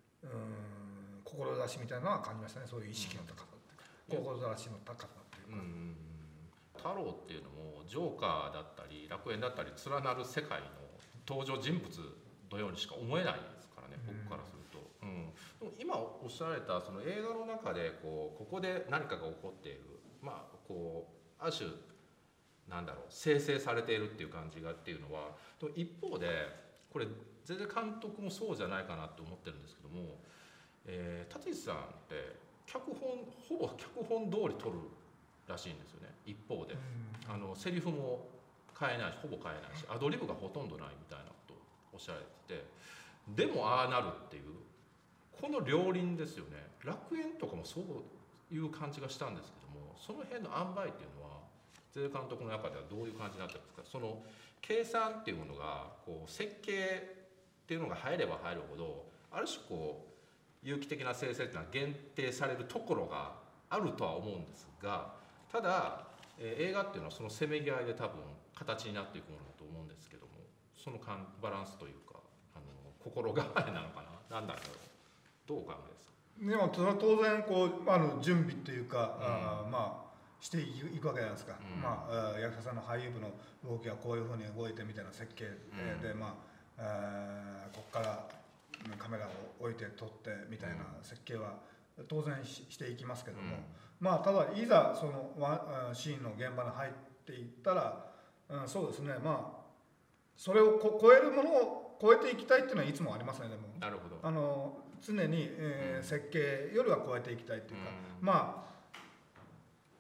志みたいなのは感じましたね。そういう意識の高さっていうか、志の高さっていうか。 太郎っていうのもジョーカーだったり楽園だったり連なる世界の登場人物のようにしか思えないですからね、僕からすると。でも今おっしゃられたその映画の中でここで何かが起こっている、まあこうある種なんだろう、生成されているっていう感じがっていうのは、一方でこれ全然監督もそうじゃないかなと思ってるんですけども、立石さんってほぼ脚本通り撮るらしいんですよね。一方でセリフも変えないし、ほぼ変えないし、アドリブがほとんどないみたいなことをおっしゃられてて、でもああなるっていうこの両輪ですよね。楽園とかもそういう感じがしたんですけども、その辺の塩梅っていうのは税監督の中ではどういう感じになってるんですか？その計算っていうものがこう設計っていうのが入れば入るほど、ある種こう有機的な生成っていうのは限定されるところがあるとは思うんですが、ただ、映画っていうのはそのせめぎ合いで多分形になっていくものだと思うんですけども、そのバランスというか心構えなのかな、なんだろう、どうお考えですか？ でも当然こう準備というか、まあしていくわけじゃないですか。まあ役者さんの俳優部の動きはこういうふうに動いてみたいな設計で、まあここからカメラを置いて撮ってみたいな設計は当然していきますけども、まあただいざそのシーンの現場に入っていったら、そうですね、まあそれを超えるものを超えていきたいっていうのはいつもありますね。でもなるほど、 常に設計よりは超えていきたいっていうか、まあ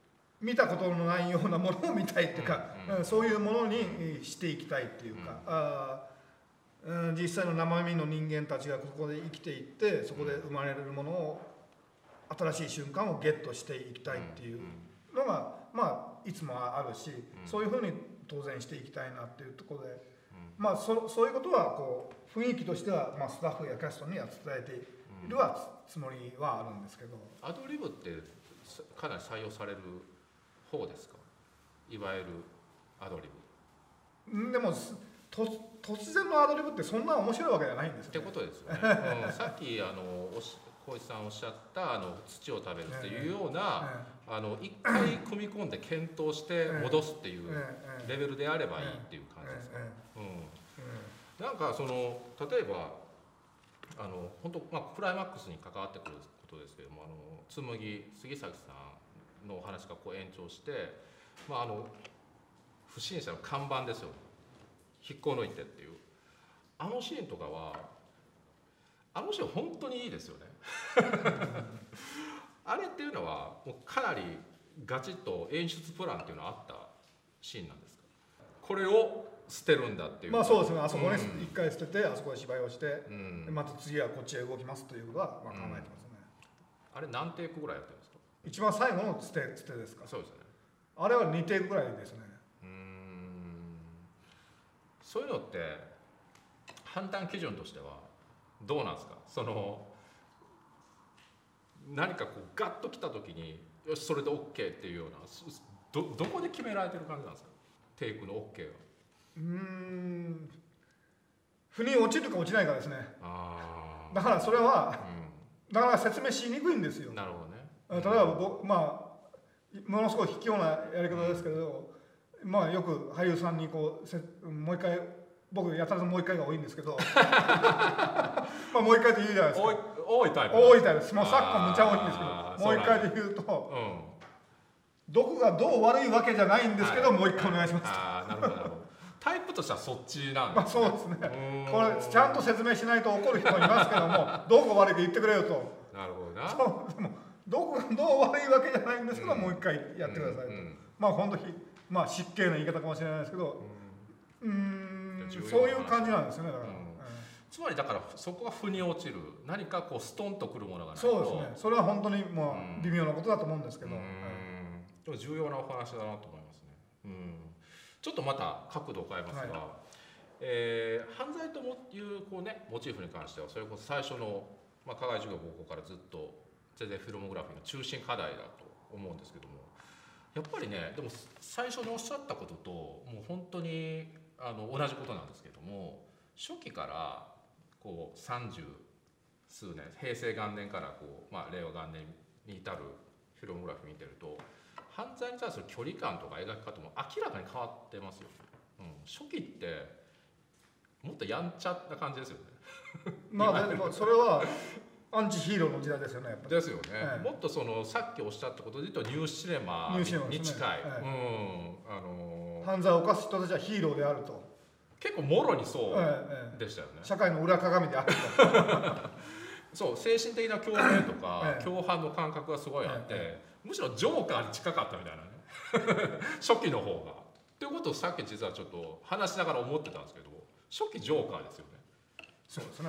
見たことのないようなものを見たいっていうか、そういうものにしていきたいっていうか、実際の生身の人間たちがここで生きていってそこで生まれるものを新しい瞬間をゲットしていきたいっていうのがまあいつもあるし、そういうふうに当然していきたいなっていうところで、まあそういうことはこう雰囲気としてはまあスタッフやキャストには伝えているつもりはあるんですけど。 アドリブってかなり採用される方ですか、いわゆるアドリブ。 でも突然のアドリブってそんな面白いわけじゃないんですよ、ね。 ってことですよね。さっき小石さんおっしゃった土を食べるっていうような、一回組み込んで検討して戻すっていうレベルであればいいっていう感じですか。なんか例えば本当クライマックスに関わってくることですけども、杉崎さんのお話がこう延長して、不審者の看板ですよ、引っこ抜いてっていうシーンとかはシーン本当にいいですよね。あれっていうのはもうかなりガチッと演出プランっていうのはあったシーンなんですか。これを捨てるんだっていう。 まあそうですね、あそこに一回捨ててあそこで芝居をして、また次はこっちへ動きますということは考えてますね。 あれ何テイクぐらいやってるんですか。 一番最後の捨てですか。 そうですね。 あれは2テイクぐらいですね。 そういうのって判断基準としてはどうなんですか。何かこうガッと来た時によしそれで OK っていうようなどこで決められてる感じなんですか、テイクの OK は。 腑に落ちるか落ちないかですね。だからそれは、だから説明しにくいんですよ。 なるほどね。 例えばものすごい卑怯なやり方ですけど、よく俳優さんにこうもう一回、僕やたらもう一回が多いんですけどもう一回で言うじゃないですか。 多いタイプ。 多いタイプです。もう昨今むちゃ多いんですけど、もう一回で言うと、どこがどう悪いわけじゃないんですけど、もう一回お願いしますと。 なるほどなるほど。タイプとしてはそっちなんですね。 そうですね。これちゃんと説明しないと怒る人いますけども、どこが悪いか言ってくれよと。 なるほどな。 でもどこがどう悪いわけじゃないんですけど、もう一回やってくださいと。本当に失敬な言い方かもしれないですけど、そういう感じなんですよね。だから。 つまりだからそこが腑に落ちる、何かこうストンとくるものがないと。 そうですね。それは本当に微妙なことだと思うんですけど。でも重要なお話だなと思いますね。ちょっとまた角度を変えますが、犯罪というこうねモチーフに関してはそれこそ最初の課外授業高校からずっと全然フィルモグラフィーの中心課題だと思うんですけども、やっぱりねでも最初におっしゃったことともう本当に同じことなんですけども、初期からこう30数年、平成元年からこう、令和元年に至るフィルモグラフィー見てると、犯罪に対する距離感とか描き方も明らかに変わってますよ。初期ってもっとやんちゃな感じですよね。 でもそれはアンチヒーローの時代ですよね。やっぱりですよね。もっとさっきおっしゃったことで言うとニューシネマに近い。 犯罪を犯す人たちはヒーローであると。 結構もろにそうでしたよね。 社会の裏鏡であると。 そう、精神的な共鳴とか共犯の感覚がすごいあって、むしろジョーカーに近かったみたいなね。初期の方が。ということをさっき実はちょっと話しながら思ってたんですけど、初期ジョーカーですよね。 そうですね。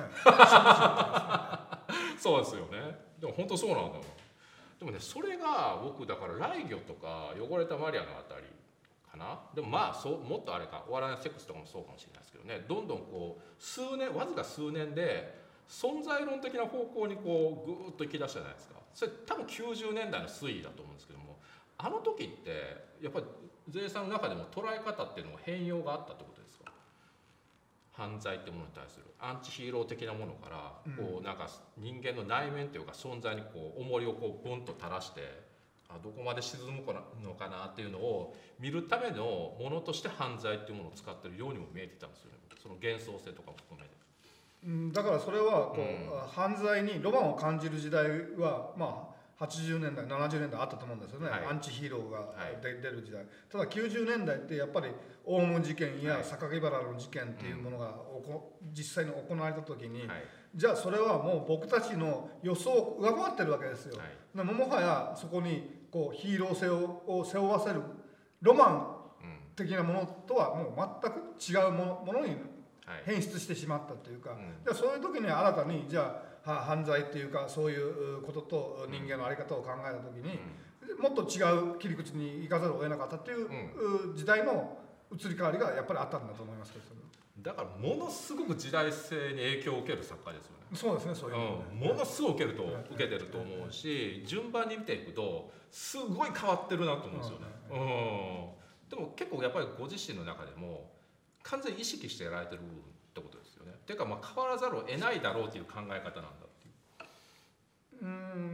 そうですよね。でも本当そうなんだよ。でもね、それが僕だから雷魚とか汚れたマリアのあたりかな。でももっとあれか、お笑いのセックスとかもそうかもしれないですけどね、どんどんこうわずか数年で存在論的な方向にこうぐーっと行き出したじゃないですか。それ多分90年代の推移だと思うんですけども、あの時ってやっぱり税さんの中でも捉え方っていうのも変容があったってことですか。犯罪ってものに対するアンチヒーロー的なものから、こうなんか人間の内面というか存在にこう重りをこうブンと垂らして、どこまで沈むのかなっていうのを見るためのものとして犯罪っていうものを使ってるようにも見えてたんですよね。その幻想性とかも含めて。 だからそれはこう、犯罪にロマンを感じる時代は80年代70年代あったと思うんですよね、アンチヒーローが出る時代。ただ90年代ってやっぱりオウム事件や榊原の事件っていうものが実際に行われた時に、じゃあそれはもう僕たちの予想を上回ってるわけですよ。もはやそこにこうヒーロー性を背負わせるロマン的なものとはもう全く違うものに変質してしまったというか、じゃあそういう時に新たにじゃあ犯罪っていうかそういうことと人間の在り方を考えた時に、もっと違う切り口に行かざるを得なかったっていう時代の移り変わりがやっぱりあったんだと思いますけど、 だからものすごく時代性に影響を受ける作家ですよね。 そうですね、そういうの、ものすごく受けてると思うし、順番に見ていくとすごい変わってるなと思うんですよね。でも結構やっぱりご自身の中でも完全に意識してやられてるってことですよね。っていうか、まあ変わらざるを得ないだろうという考え方なんだっていう。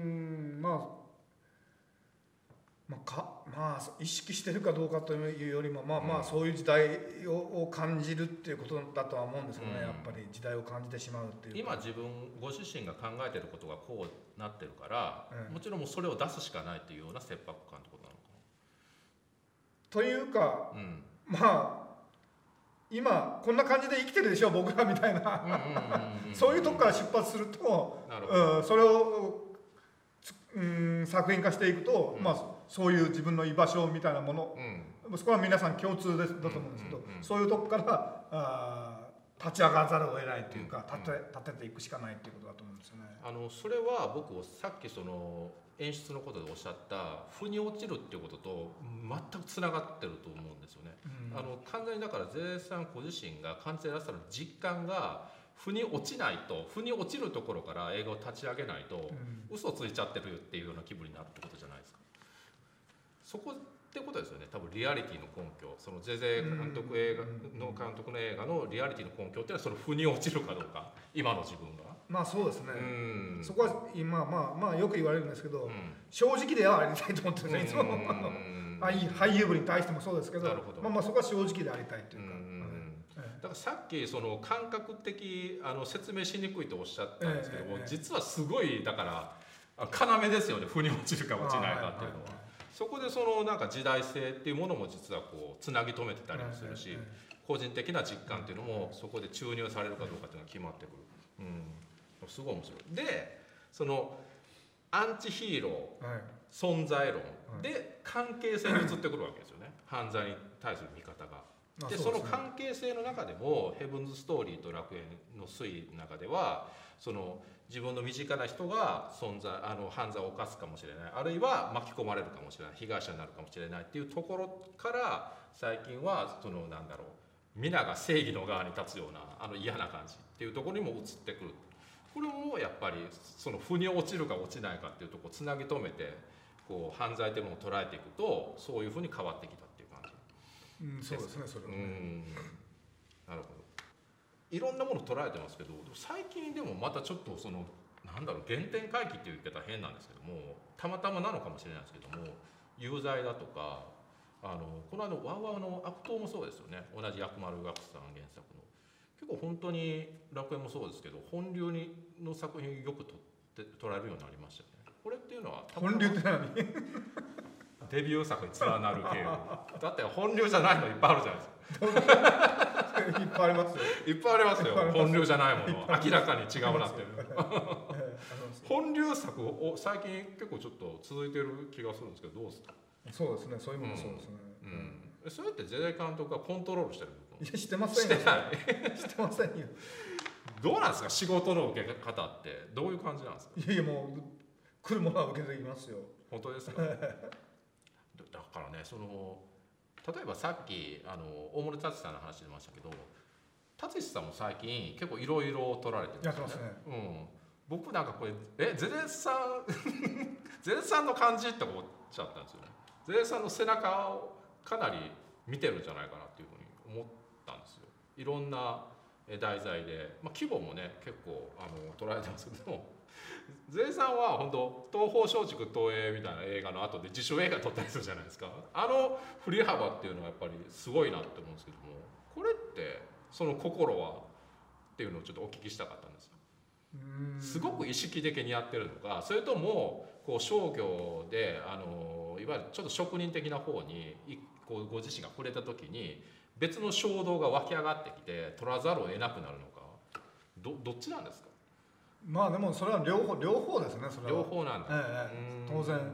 まあ意識してるかどうかというよりもそういう時代を感じるっていうことだとは思うんですけどね、やっぱり時代を感じてしまうっていう。 今ご自身が考えてることがこうなってるから、もちろんそれを出すしかないっていうような切迫感ってことなのかな。 というか、まあ今こんな感じで生きてるでしょ僕らみたいなそういうとこから出発すると、それを作品化していくと、そういう自分の居場所みたいなもの、そこは皆さん共通だと思うんですけど、そういうとこから立ち上がらざるを得ないというか、立てていくしかないということだと思うんですよね。 それは僕さっきその演出のことでおっしゃった腑に落ちるっていうことと全くつながってると思うんですよね。完全にだから税さんご自身が感じていらっしゃる実感が腑に落ちないと、腑に落ちるところから映画を立ち上げないと、嘘ついちゃってるっていうような気分になるってことじゃないですか。そこってことですよね。多分リアリティの根拠、そのゼゼ監督の映画のリアリティの根拠っていうのはその腑に落ちるかどうか、今の自分が。 まあそうですね。そこは今よく言われるんですけど、正直ではありたいと思ってるんですね。いつも俳優部に対してもそうですけど、そこは正直でありたいというか。 だからさっきその感覚的説明しにくいとおっしゃったんですけども、実はすごいだから要ですよね。腑に落ちるか落ちないかっていうのは。そこでそのなんか時代性っていうものも実はこうつなぎ止めてたりもするし、個人的な実感っていうのもそこで注入されるかどうかっていうのが決まってくる。すごい面白い。でそのアンチヒーロー、存在論で関係性に移ってくるわけですよね。犯罪に対する見方が。でその関係性の中でもヘブンズ・ストーリーと楽園の推移の中ではその自分の身近な人が犯罪を犯すかもしれない、あるいは巻き込まれるかもしれない、被害者になるかもしれないっていうところから最近はそのなんだろう、皆が正義の側に立つような嫌な感じっていうところにも移ってくる。これもやっぱりその腑に落ちるか落ちないかっていうところをつなぎ止めてこう犯罪というものを捉えていくとそういうふうに変わってきたっていう感じ。 そうですね、それはね。 なるほど。いろんなもの捉えてますけど、最近でもまたちょっとそのなんだろう、原点回帰っていう言い方は変なんですけども、たまたまなのかもしれないですけども、有罪だとかこの間ワウワウの悪党もそうですよね。同じ薬丸学さん原作の結構本当に楽園もそうですけど本流の作品よく捉えるようになりましたよね。これっていうのは本流って何デビュー作に連なる系だって本流じゃないのいっぱいあるじゃないですか。 いっぱいありますよ。 いっぱいありますよ。本流じゃないもの明らかに違うなってる本流作を最近結構ちょっと続いてる気がするんですけど、どうですか。 そうですね、そういうものそうですね。 それってゼゼ監督がコントロールしてる部分。 いやしてませんよ。してませんよ。 どうなんですか、仕事の受け方ってどういう感じなんですか。 いやもう来るものは受けていきますよ。 本当ですか。だからね、その例えばさっき大森達志さんの話出ましたけど、達志さんも最近結構いろいろ撮られてるんですよね。やってますね。僕なんかこれゼゼさんゼゼさんの感じって思っちゃったんですよね。ゼゼさんの背中をかなり見てるんじゃないかなっていうふうに思ったんですよ。いろんな題材で、規模もね結構捉えてますけども、ゼゼさんは本当東宝松竹東映みたいな映画の後で自主映画撮ったりするじゃないですか。振り幅っていうのはやっぱりすごいなって思うんですけども、これってその心はっていうのをちょっとお聞きしたかったんですよ。すごく意識的にやってるのか、それともこう商業でいわゆるちょっと職人的な方にこうご自身が触れた時に別の衝動が湧き上がってきて取らざるを得なくなるのか、どっちなんですか。 でもそれは両方ですね。それは両方なんだ。 当然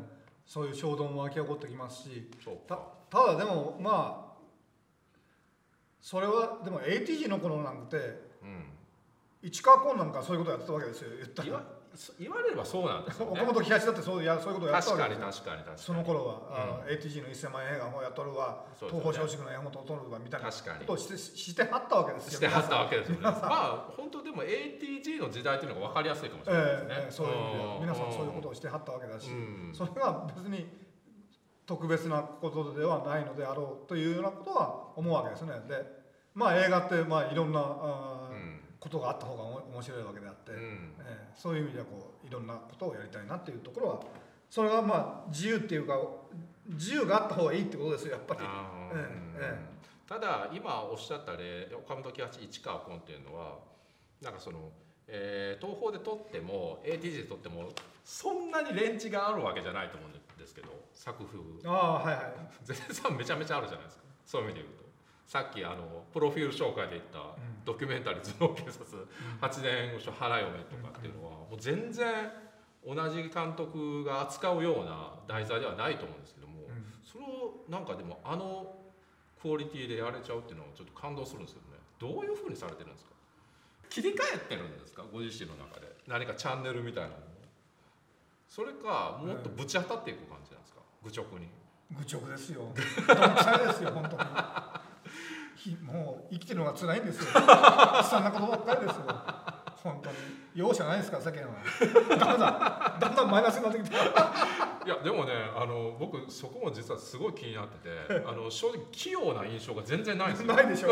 そういう衝動も湧き起こってきますし、 そうただでもまあそれはでも ATG の頃なんて、市川崑なんかそういうことやってたわけですよ、言ったら。 言われればそうなんですよね。 岡本喜八だってそういうことをやったわけですよ。 確かにその頃は、ATG の1000万円映画もやっとるわ、東宝松竹の山本を取るわみたいなことをしてはったわけですよ。 してはったわけですよね。まあ本当でも ATG の時代というのが分かりやすいかもしれないですね。 そういう意味では皆さんそういうことをしてはったわけだし、それが別に特別なことではないのであろうというようなことは思うわけですね。で、まあ映画ってまあいろんなことがあった方が面白いわけであって、そういう意味ではこういろんなことをやりたいなっていうところは、それはまあ自由っていうか自由があった方がいいってことですよ、やっぱり。 ただ今おっしゃった例、岡本喜八、市川崑っていうのはなんかその、東宝で撮っても ATG で撮ってもそんなにレンジがあるわけじゃないと思うんですけど、作風前さんめちゃめちゃあるじゃないですか。そういう意味で言うと、さっきプロフィール紹介で言ったドキュメンタリー頭脳警察、8年後花嫁とかっていうのはもう全然同じ監督が扱うような題材ではないと思うんですけども、それをなんかでもクオリティでやれちゃうっていうのはちょっと感動するんですけどね。どういうふうにされてるんですか？切り替えてるんですか、ご自身の中で何かチャンネルみたいなのを。それかもっとぶち当たっていく感じなんですか、愚直に。 愚直ですよ、どんくさいですよ本当に。もう生きてるのが辛いんですよ、悲惨なことばっかりですよ本当に。容赦ないですから世間は。だんだんマイナスになってきて。 いやでもね、僕そこも実はすごい気になってて、正直器用な印象が全然ないんですよ。 ないでしょ。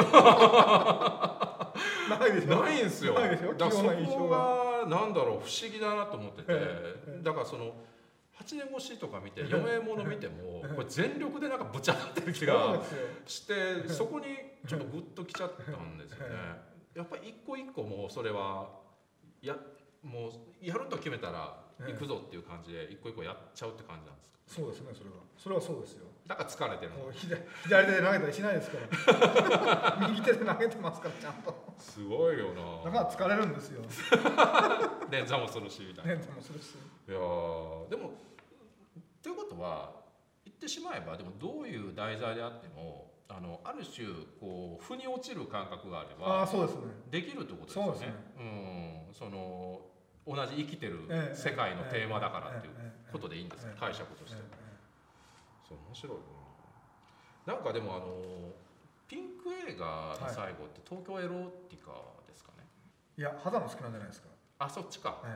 ないでしょ。 ないんですよ。だからそこがなんだろう、不思議だなと思ってて、だからその8年越しとか見て4円もの見てもこれ全力でなんかぶち当たってる気がして、そこにちょっとグッときちゃったんですよね。やっぱり一個一個もうそれはもうやると決めたら行くぞっていう感じで一個一個やっちゃうって感じなんですか？ そうですね、それはそうですよ。 だから疲れてるの。 左手で投げたりしないですから右手で投げてますからちゃんと。 すごいよな。 だから疲れるんですよ。 連座もするしみたいな。 連座もするし。 いやでもということは言ってしまえば、でもどういう題材であってもある種こう腑に落ちる感覚があればそうですね、 できるってことですよね。そうですね。その同じ生きてる世界のテーマだからっていうことでいいんですか、解釈としては。そう、面白いな。なんかでもピンク映画の最後って東京エロティカですかね。 いや、肌の好きなんじゃないですか。 あ、そっちか。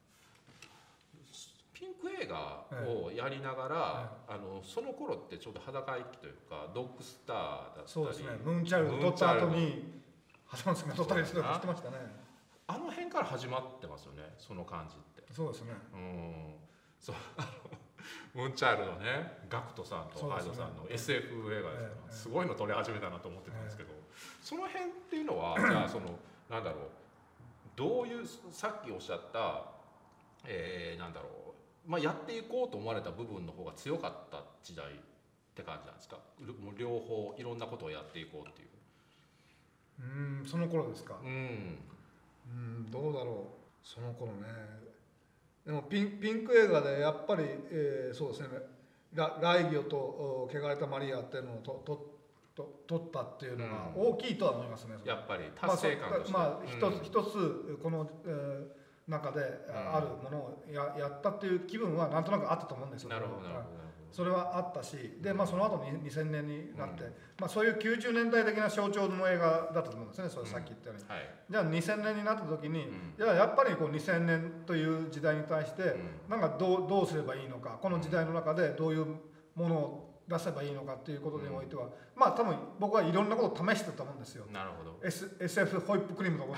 ピンク映画をやりながら、その頃ってちょうど裸一揆というかドッグスターだったり、 そうですね、ムーンチャイルド撮った後に肌の好きが撮ったりしてましたね。 あの辺から始まってますよね、その感じって。 そうですね。 そうムーンチャイルドね、ガクトさんとハイドさんの SF 映画ですから、すごいの撮り始めたなと思ってたんですけど、その辺っていうのはじゃあなんだろう、どういうさっきおっしゃったなんだろう、やっていこうと思われた部分の方が強かった時代って感じなんですか？もう両方いろんなことをやっていこうっていう。 その頃ですか。どうだろう、その頃ね。でもピンク映画でやっぱり、そうですね、ライギョと汚れたマリアっていうのを撮ったっていうのが大きいとは思いますね。 やっぱり達成感として、 一つこの、中であるものをやったっていう気分はなんとなくあったと思うんですよ。 なるほどなるほど。 それはあったし、でその後に2000年になって、そういう90年代的な象徴の映画だったと思うんですね。それさっき言ったように、じゃあ2000年になった時に、やっぱりこう2000年という時代に対してなんかどうすればいいのか、この時代の中でどういうものを出せばいいのかっていうことにおいては、多分僕はいろんなことを試してたと思うんですよ。 なるほど。 SF ホイップクリームとか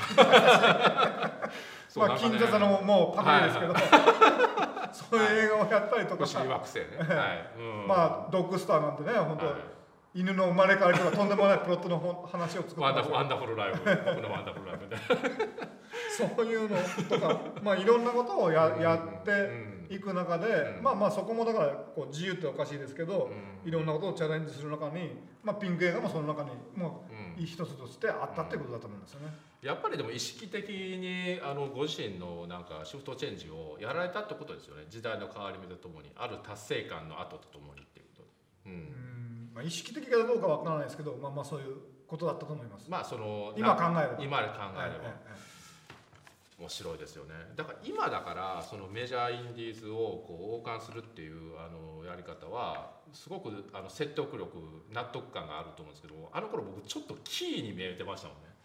金座座のもうパクリですけど、そういう映画をやったりとか、 不思議惑星ね。 ドッグスターなんてね、本当犬の生まれ変わりとかとんでもないプロットの話を作ってワンダフルライブ、僕のワンダフルライブみたいな。 そういうのとか、いろんなことをやっていく中で、まあそこもだからこう自由っておかしいですけど、いろんなことをチャレンジする中に、ピンク映画もその中にもう一つとしてあったっていうことだと思うんですよね。 やっぱりでも意識的にご自身のなんかシフトチェンジをやられたってことですよね。時代の変わり目とともに、ある達成感の後とともにっていうことで。 意識的かどうかわからないですけど、そういうことだったと思います。 その今考えれば。 今考えれば。面白いですよね。だから今だからそのメジャーインディーズをこう王冠するっていうやり方はすごく説得力、納得感があると思うんですけど、あの頃僕ちょっとキーに見えてましたもんね。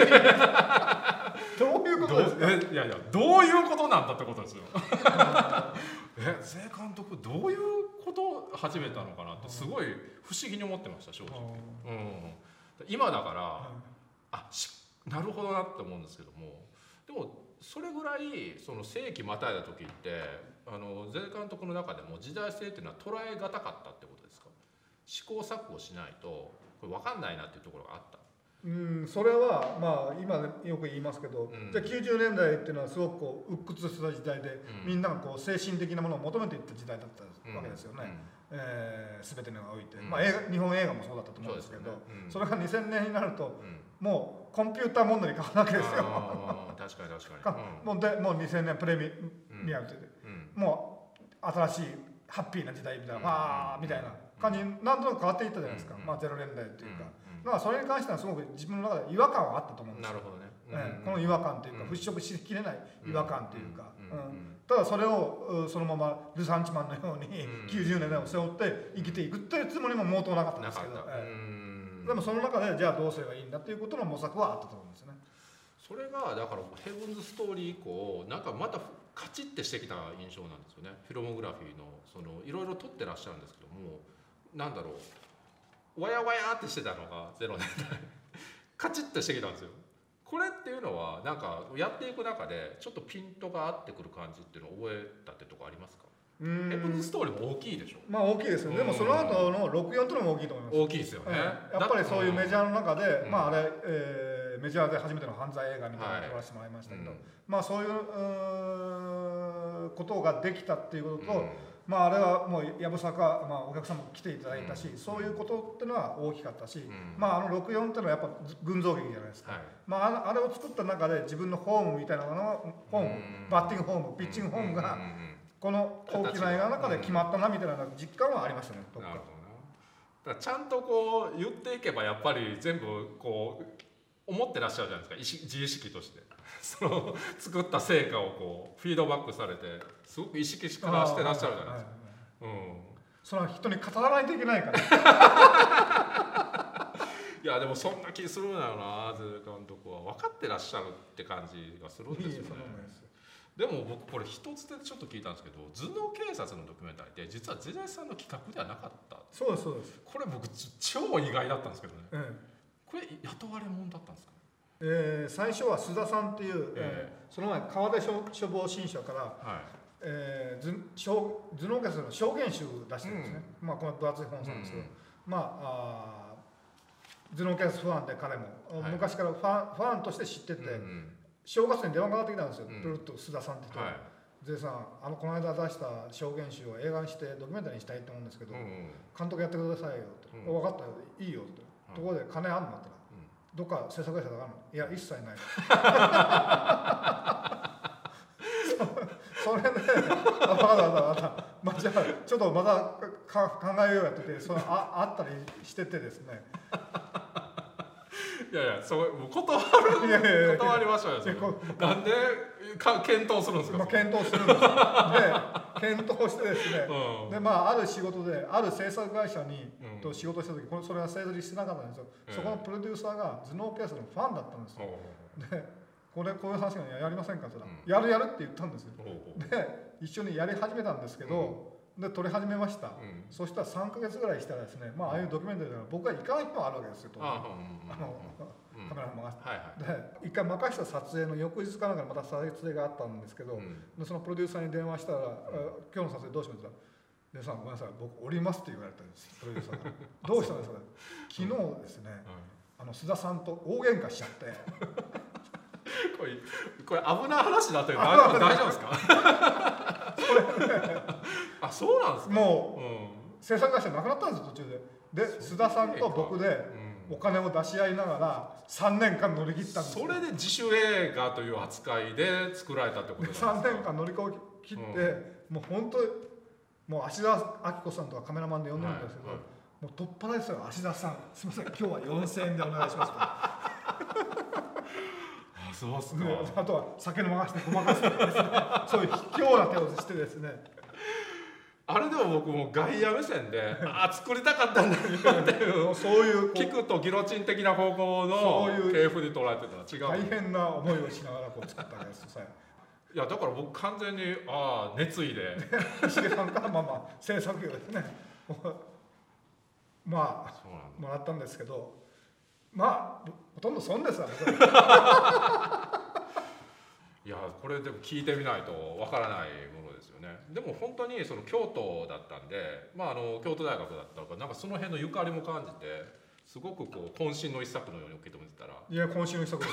どういうことですか？ いやどういうことなんだってことですよ。税監督どういうことを始めたのかなってすごい不思議に思ってました正直。今だからなるほどなって思うんですけども、でもそれぐらいその世紀またいだ時って税監督の中でも時代性っていうのは捉えがたかったってことですか？試行錯誤しないとこれ分かんないなっていうところがあった。 それは今よく言いますけど、じゃあ90年代っていうのはすごくこう鬱屈した時代で、みんながこう精神的なものを求めていった時代だったわけですよね。全てのがおいて、日本映画もそうだったと思うんですけど、それが2000年になると、もうコンピューター問題に変わるわけですよ。 確かに。 もう2000年プレミアムで、もう新しいハッピーな時代みたいな、みたいな感じになんとなく変わっていったじゃないですか。0年代っていうか。それに関してはすごく自分の中で違和感はあったと思うんですよ。 なるほどね。 この違和感というか払拭しきれない違和感というか、ただそれをそのままルサンチマンのように90年代を背負って生きていくっていうつもりも毛頭なかったんですけど、でもその中でじゃあどうすればいいんだということの模索はあったと思うんですよね。 それがだからヘブンズ・ストーリー以降なんかまたカチッてしてきた印象なんですよね。フィルモグラフィーのいろいろ撮ってらっしゃるんですけども、なんだろう、わやわやってしてたのが0年代カチッとしてきたんですよ。これっていうのはなんかやっていく中でちょっとピントが合ってくる感じっていうのを覚えたってとこありますか？ヘブンズ・ストーリーも大きいでしょ。 大きいですよね。でもその後の64というのも大きいと思います。 大きいですよね。 やっぱりそういうメジャーの中で、あれ、メジャーで初めての犯罪映画みたいなのを撮らせてもらいましたけど、そういうことができたっていうことと、あれはもうやぶさか、お客さんも来ていただいたし、そういうことっていうのは大きかったし、64っていうのはやっぱ群像劇じゃないですか。あれを作った中で自分のホームみたいなのバッティングホーム、ピッチングホームがこの大きな映画の中で決まったなみたいな実感はありましたね。 なるほどな。だからちゃんとこう言っていけばやっぱり全部こう思ってらっしゃるじゃないですか。自意識としてその作った成果をこうフィードバックされてすごく意識からしてらっしゃるじゃないですか。 それは人に語らないといけないからいやでもそんな気するんだよな。税監督は分かってらっしゃるって感じがするんですよね。でも僕これ一つでちょっと聞いたんですけど、頭脳警察のドキュメンタリーって実はゼゼさんの企画ではなかった。 そうですそうです。 これ僕超意外だったんですけどね。これ雇われ者だったんですか？ 最初は須田さんっていう、その前川出処方新書から、頭脳警察の証言集出してるんですね。この分厚い本なんですけど、頭脳警察ファンで彼も昔からファンとして知ってて、正月に電話がかかってきたんですよ。プルッと須田さんって人が「税さん、この間出した証言集を映画にしてドキュメンタリーにしたいと思うんですけど、監督やってくださいよ」って「分かったよ、いいよ」って。ところで金あんのってどっか制作会社だからいや一切ないそれで分かったじゃあちょっとまた考えようやっててあったりしててですねいやそう断りましょうよ。なんで検討するんですか？ 検討するんですよ。で検討してですね、である仕事である制作会社にと仕事した時、それは製造してなかったんですよ。そこのプロデューサーが頭脳警察のファンだったんですよ。でこういう話がやりませんかって言ったら、やるって言ったんですよ。で一緒にやり始めたんですけど、で撮り始めました。そしたら3ヶ月ぐらいしたらですね、ああいうドキュメンタリーでは僕が行かない日もあるわけですよ。カメラ任せて、で一回任した撮影の翌日かなんかまた撮影があったんですけど、そのプロデューサーに電話したら「今日の撮影どうしますか?」でさんごめんなさい僕降りますって言われたんです。プロデューサーがどうしたんですか？昨日ですね、須田さんと大喧嘩しちゃってこれ危ない話だという大丈夫ですか？ あ、そうなんですか。 もう、制作会社なくなったんですよ途中で。で須田さんと僕でお金を出し合いながら3年間乗り切ったんですよ。 それで自主映画という扱いで作られたってことなんですか。 3年間乗り切って、もう本当にもう芦田明子さんとかカメラマンで呼んでるんですけど、もう取っ払いですよ。芦田さんすみません今日は4000円でお願いしますと。 あ、そうっすか。 あとは酒飲ましてごまかしてですね、そういう卑怯な手をしてですね。 あれでも僕も外野目線でああ作りたかったんだっていうそういう聞くとギロチン的な方向の系譜に捉えてたら違う。 大変な思いをしながらこう作ったんですさ。 いやだから僕完全に熱意で石毛さんからまあまあ制作費をですねまあもらったんですけど、まあほとんど損ですわね。 いやこれでも聞いてみないとわからないものですよね。でも本当にその京都だったんで、まあ京都大学だったからなんかその辺のゆかりも感じて、すごくこう渾身の一作のように受け止めてたら、 いや渾身の一作です。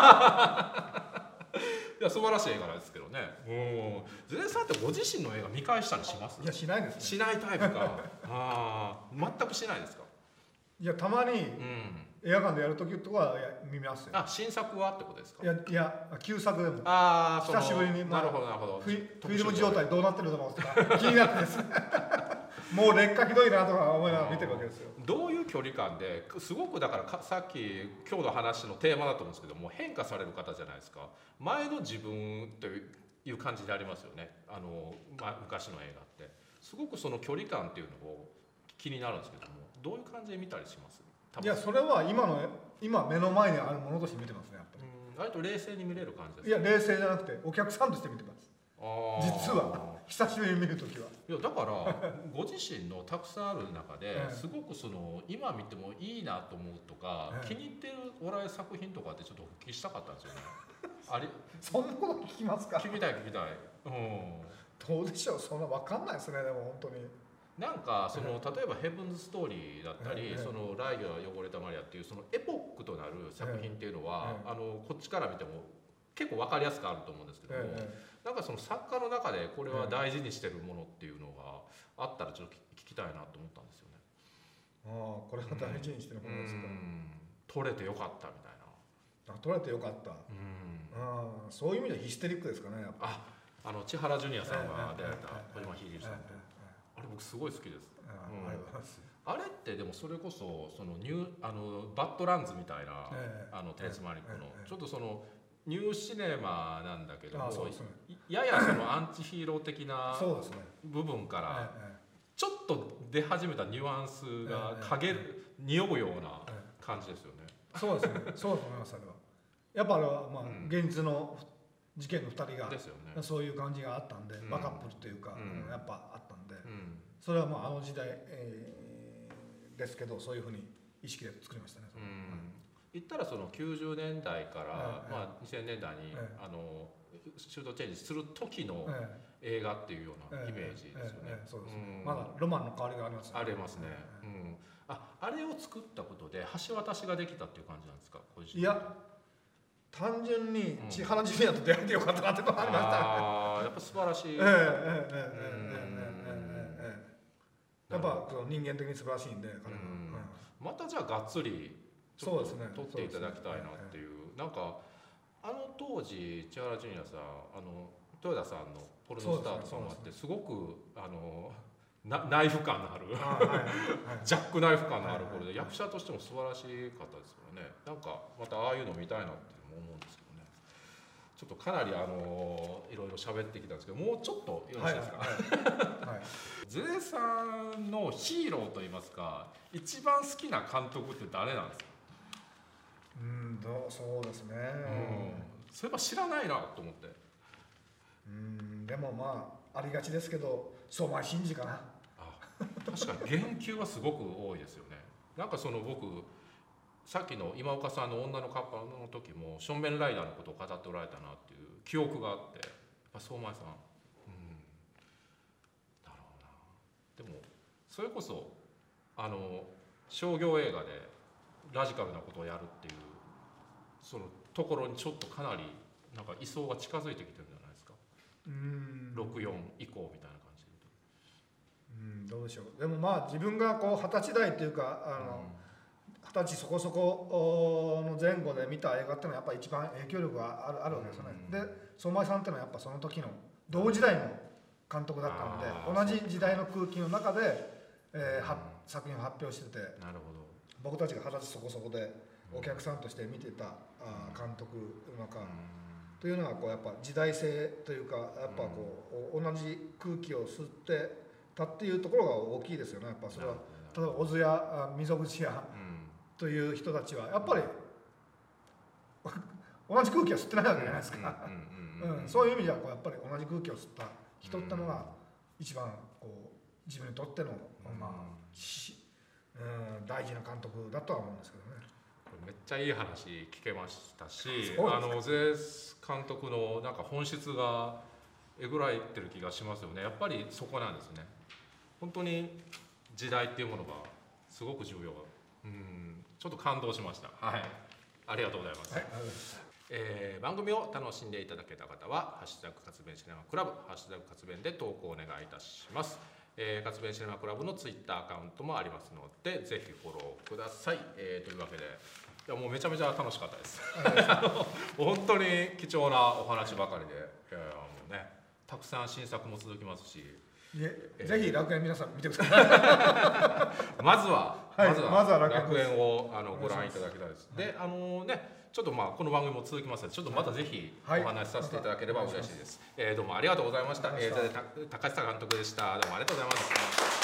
いや素晴らしい映画ですけどね。ズエさんってご自身の映画見返したりします？ いやしないですね。 しないタイプか。全くしないですか。 いやたまに映画館でやる時とか見ますよ。 新作はってことですか。 いや旧作でも久しぶりに、 なるほどなるほど。 フィルム状態どうなってるのかとか気になってですね。もう劣化ひどいなとか思いながら見てるわけですよ。 どういう距離感ですごくだからさっき今日の話のテーマだと思うんですけども、変化される方じゃないですか。前の自分という感じでありますよね。昔の映画ってすごくその距離感っていうのを気になるんですけども、どういう感じで見たりします？ いやそれは今目の前にあるものとして見てますねやっぱり。 割と冷静に見れる感じですか？ いや冷静じゃなくてお客さんとして見てます。実は久しぶりに見るときは。 いやだからご自身のたくさんある中ですごくその今見てもいいなと思うとか、気に入ってるお笑い作品とかってちょっとお聞きしたかったんですよね。 そんなこと聞きますか？ 聞きたい。 どうでしょう、そんな分かんないですね。でも本当になんかその例えば「ヘブンズ・ストーリー」だったり「そのライギュは汚れたマリア」っていうそのエポックとなる作品っていうのはこっちから見ても結構分かりやすくあると思うんですけども、なんかその作家の中でこれは大事にしてるものっていうのがあったらちょっと聞きたいなと思ったんですよね。 これは大事にしてるものですか。 撮れてよかったみたいな。 撮れてよかった。そういう意味ではヒステリックですかねやっぱ。 千原ジュニアさんが出られた小島秀樹さんと、あれ僕すごい好きです。あれってでもそれこそそのバッドランズみたいなテレスマリックのちょっとそのニューシネマなんだけども、ややそのアンチヒーロー的な部分からちょっと出始めたニュアンスが匂うような感じですよね。 そうですね。そうだと思います。あれはやっぱあれはまあ現実の事件の2人がそういう感じがあったんで、バカップルというかやっぱあったんで、それはまあ時代ですけどそういうふうに意識で作りましたね。 言ったらその90年代から2000年代にシュートチェンジする時の映画っていうようなイメージですよね。 そうですね。まだロマンの香りがありますね。 ありますね。あれを作ったことで橋渡しができたっていう感じなんですか？ いや単純に千原ジュニアと出会えてよかったなってことありました。 やっぱ素晴らしい。 やっぱ人間的に素晴らしいんで彼は。 またじゃあがっつりちょっと撮っていただきたいなっていう。なんか当時千原ジュニアさん豊田さんのポルノスターとかもあってすごくナイフ感のあるジャックナイフ感のある頃で役者としても素晴らしかったですからね。なんかまたああいうの見たいなって思うんですけどね。ちょっとかなりいろいろ喋ってきたんですけど、もうちょっとよろしいですか？ズエさんのヒーローといいますか一番好きな監督って誰なんですか？ そうですね。 そういえば知らないなと思って。 でもまあありがちですけど相馬真司かな。 確かに言及はすごく多いですよね。なんかその僕さっきの今岡さんの女のカッパの時もションベンライダーのことを語っておられたなっていう記憶があって、やっぱ相馬さん、だろうな。でもそれこそ商業映画でラジカルなことをやるっていうそのところにちょっとかなりなんか位相が近づいてきてるんじゃないですか。64以降みたいなどうでしょう。でもまあ自分がこう20歳代というか20歳そこそこの前後で見た映画っていうのはやっぱり一番影響力があるわけですよね。で相馬さんっていうのはやっぱその時の同時代の監督だったので、同じ時代の空気の中で、作品を発表してて、 なるほど、 僕たちが20歳そこそこでお客さんとして見てた監督の中というのはこうやっぱ時代性というかやっぱこう同じ空気を吸ってたっていうところが大きいですよね。やっぱそれは例えば小津や溝口やという人たちはやっぱり同じ空気を吸ってないわけじゃないですか。そういう意味ではこうやっぱり同じ空気を吸った人ってのが一番こう自分にとっての大事な監督だとは思うんですけどね。 これめっちゃいい話聞けましたし、ゼ監督のなんか本質がえぐらいてる気がしますよね。やっぱりそこなんですね。本当に時代っていうものがすごく重要。ちょっと感動しました。はい、ありがとうございます。はい、番組を楽しんでいただけた方はハッシュタグ活弁シネマクラブ、ハッシュタグ活弁で投稿お願いいたします。活弁シネマクラブのツイッターアカウントもありますのでぜひフォローください。というわけでいやもうめちゃめちゃ楽しかったです。本当に貴重なお話ばかりで、もうねたくさん新作も続きますし、 ぜひ楽園皆さん見てください。まずは楽園をご覧いただきたいです。でちょっとまあこの番組も続きますのでちょっとまたぜひお話しさせていただければ嬉しいです。どうもありがとうございました。高橋監督でした。どうもありがとうございます。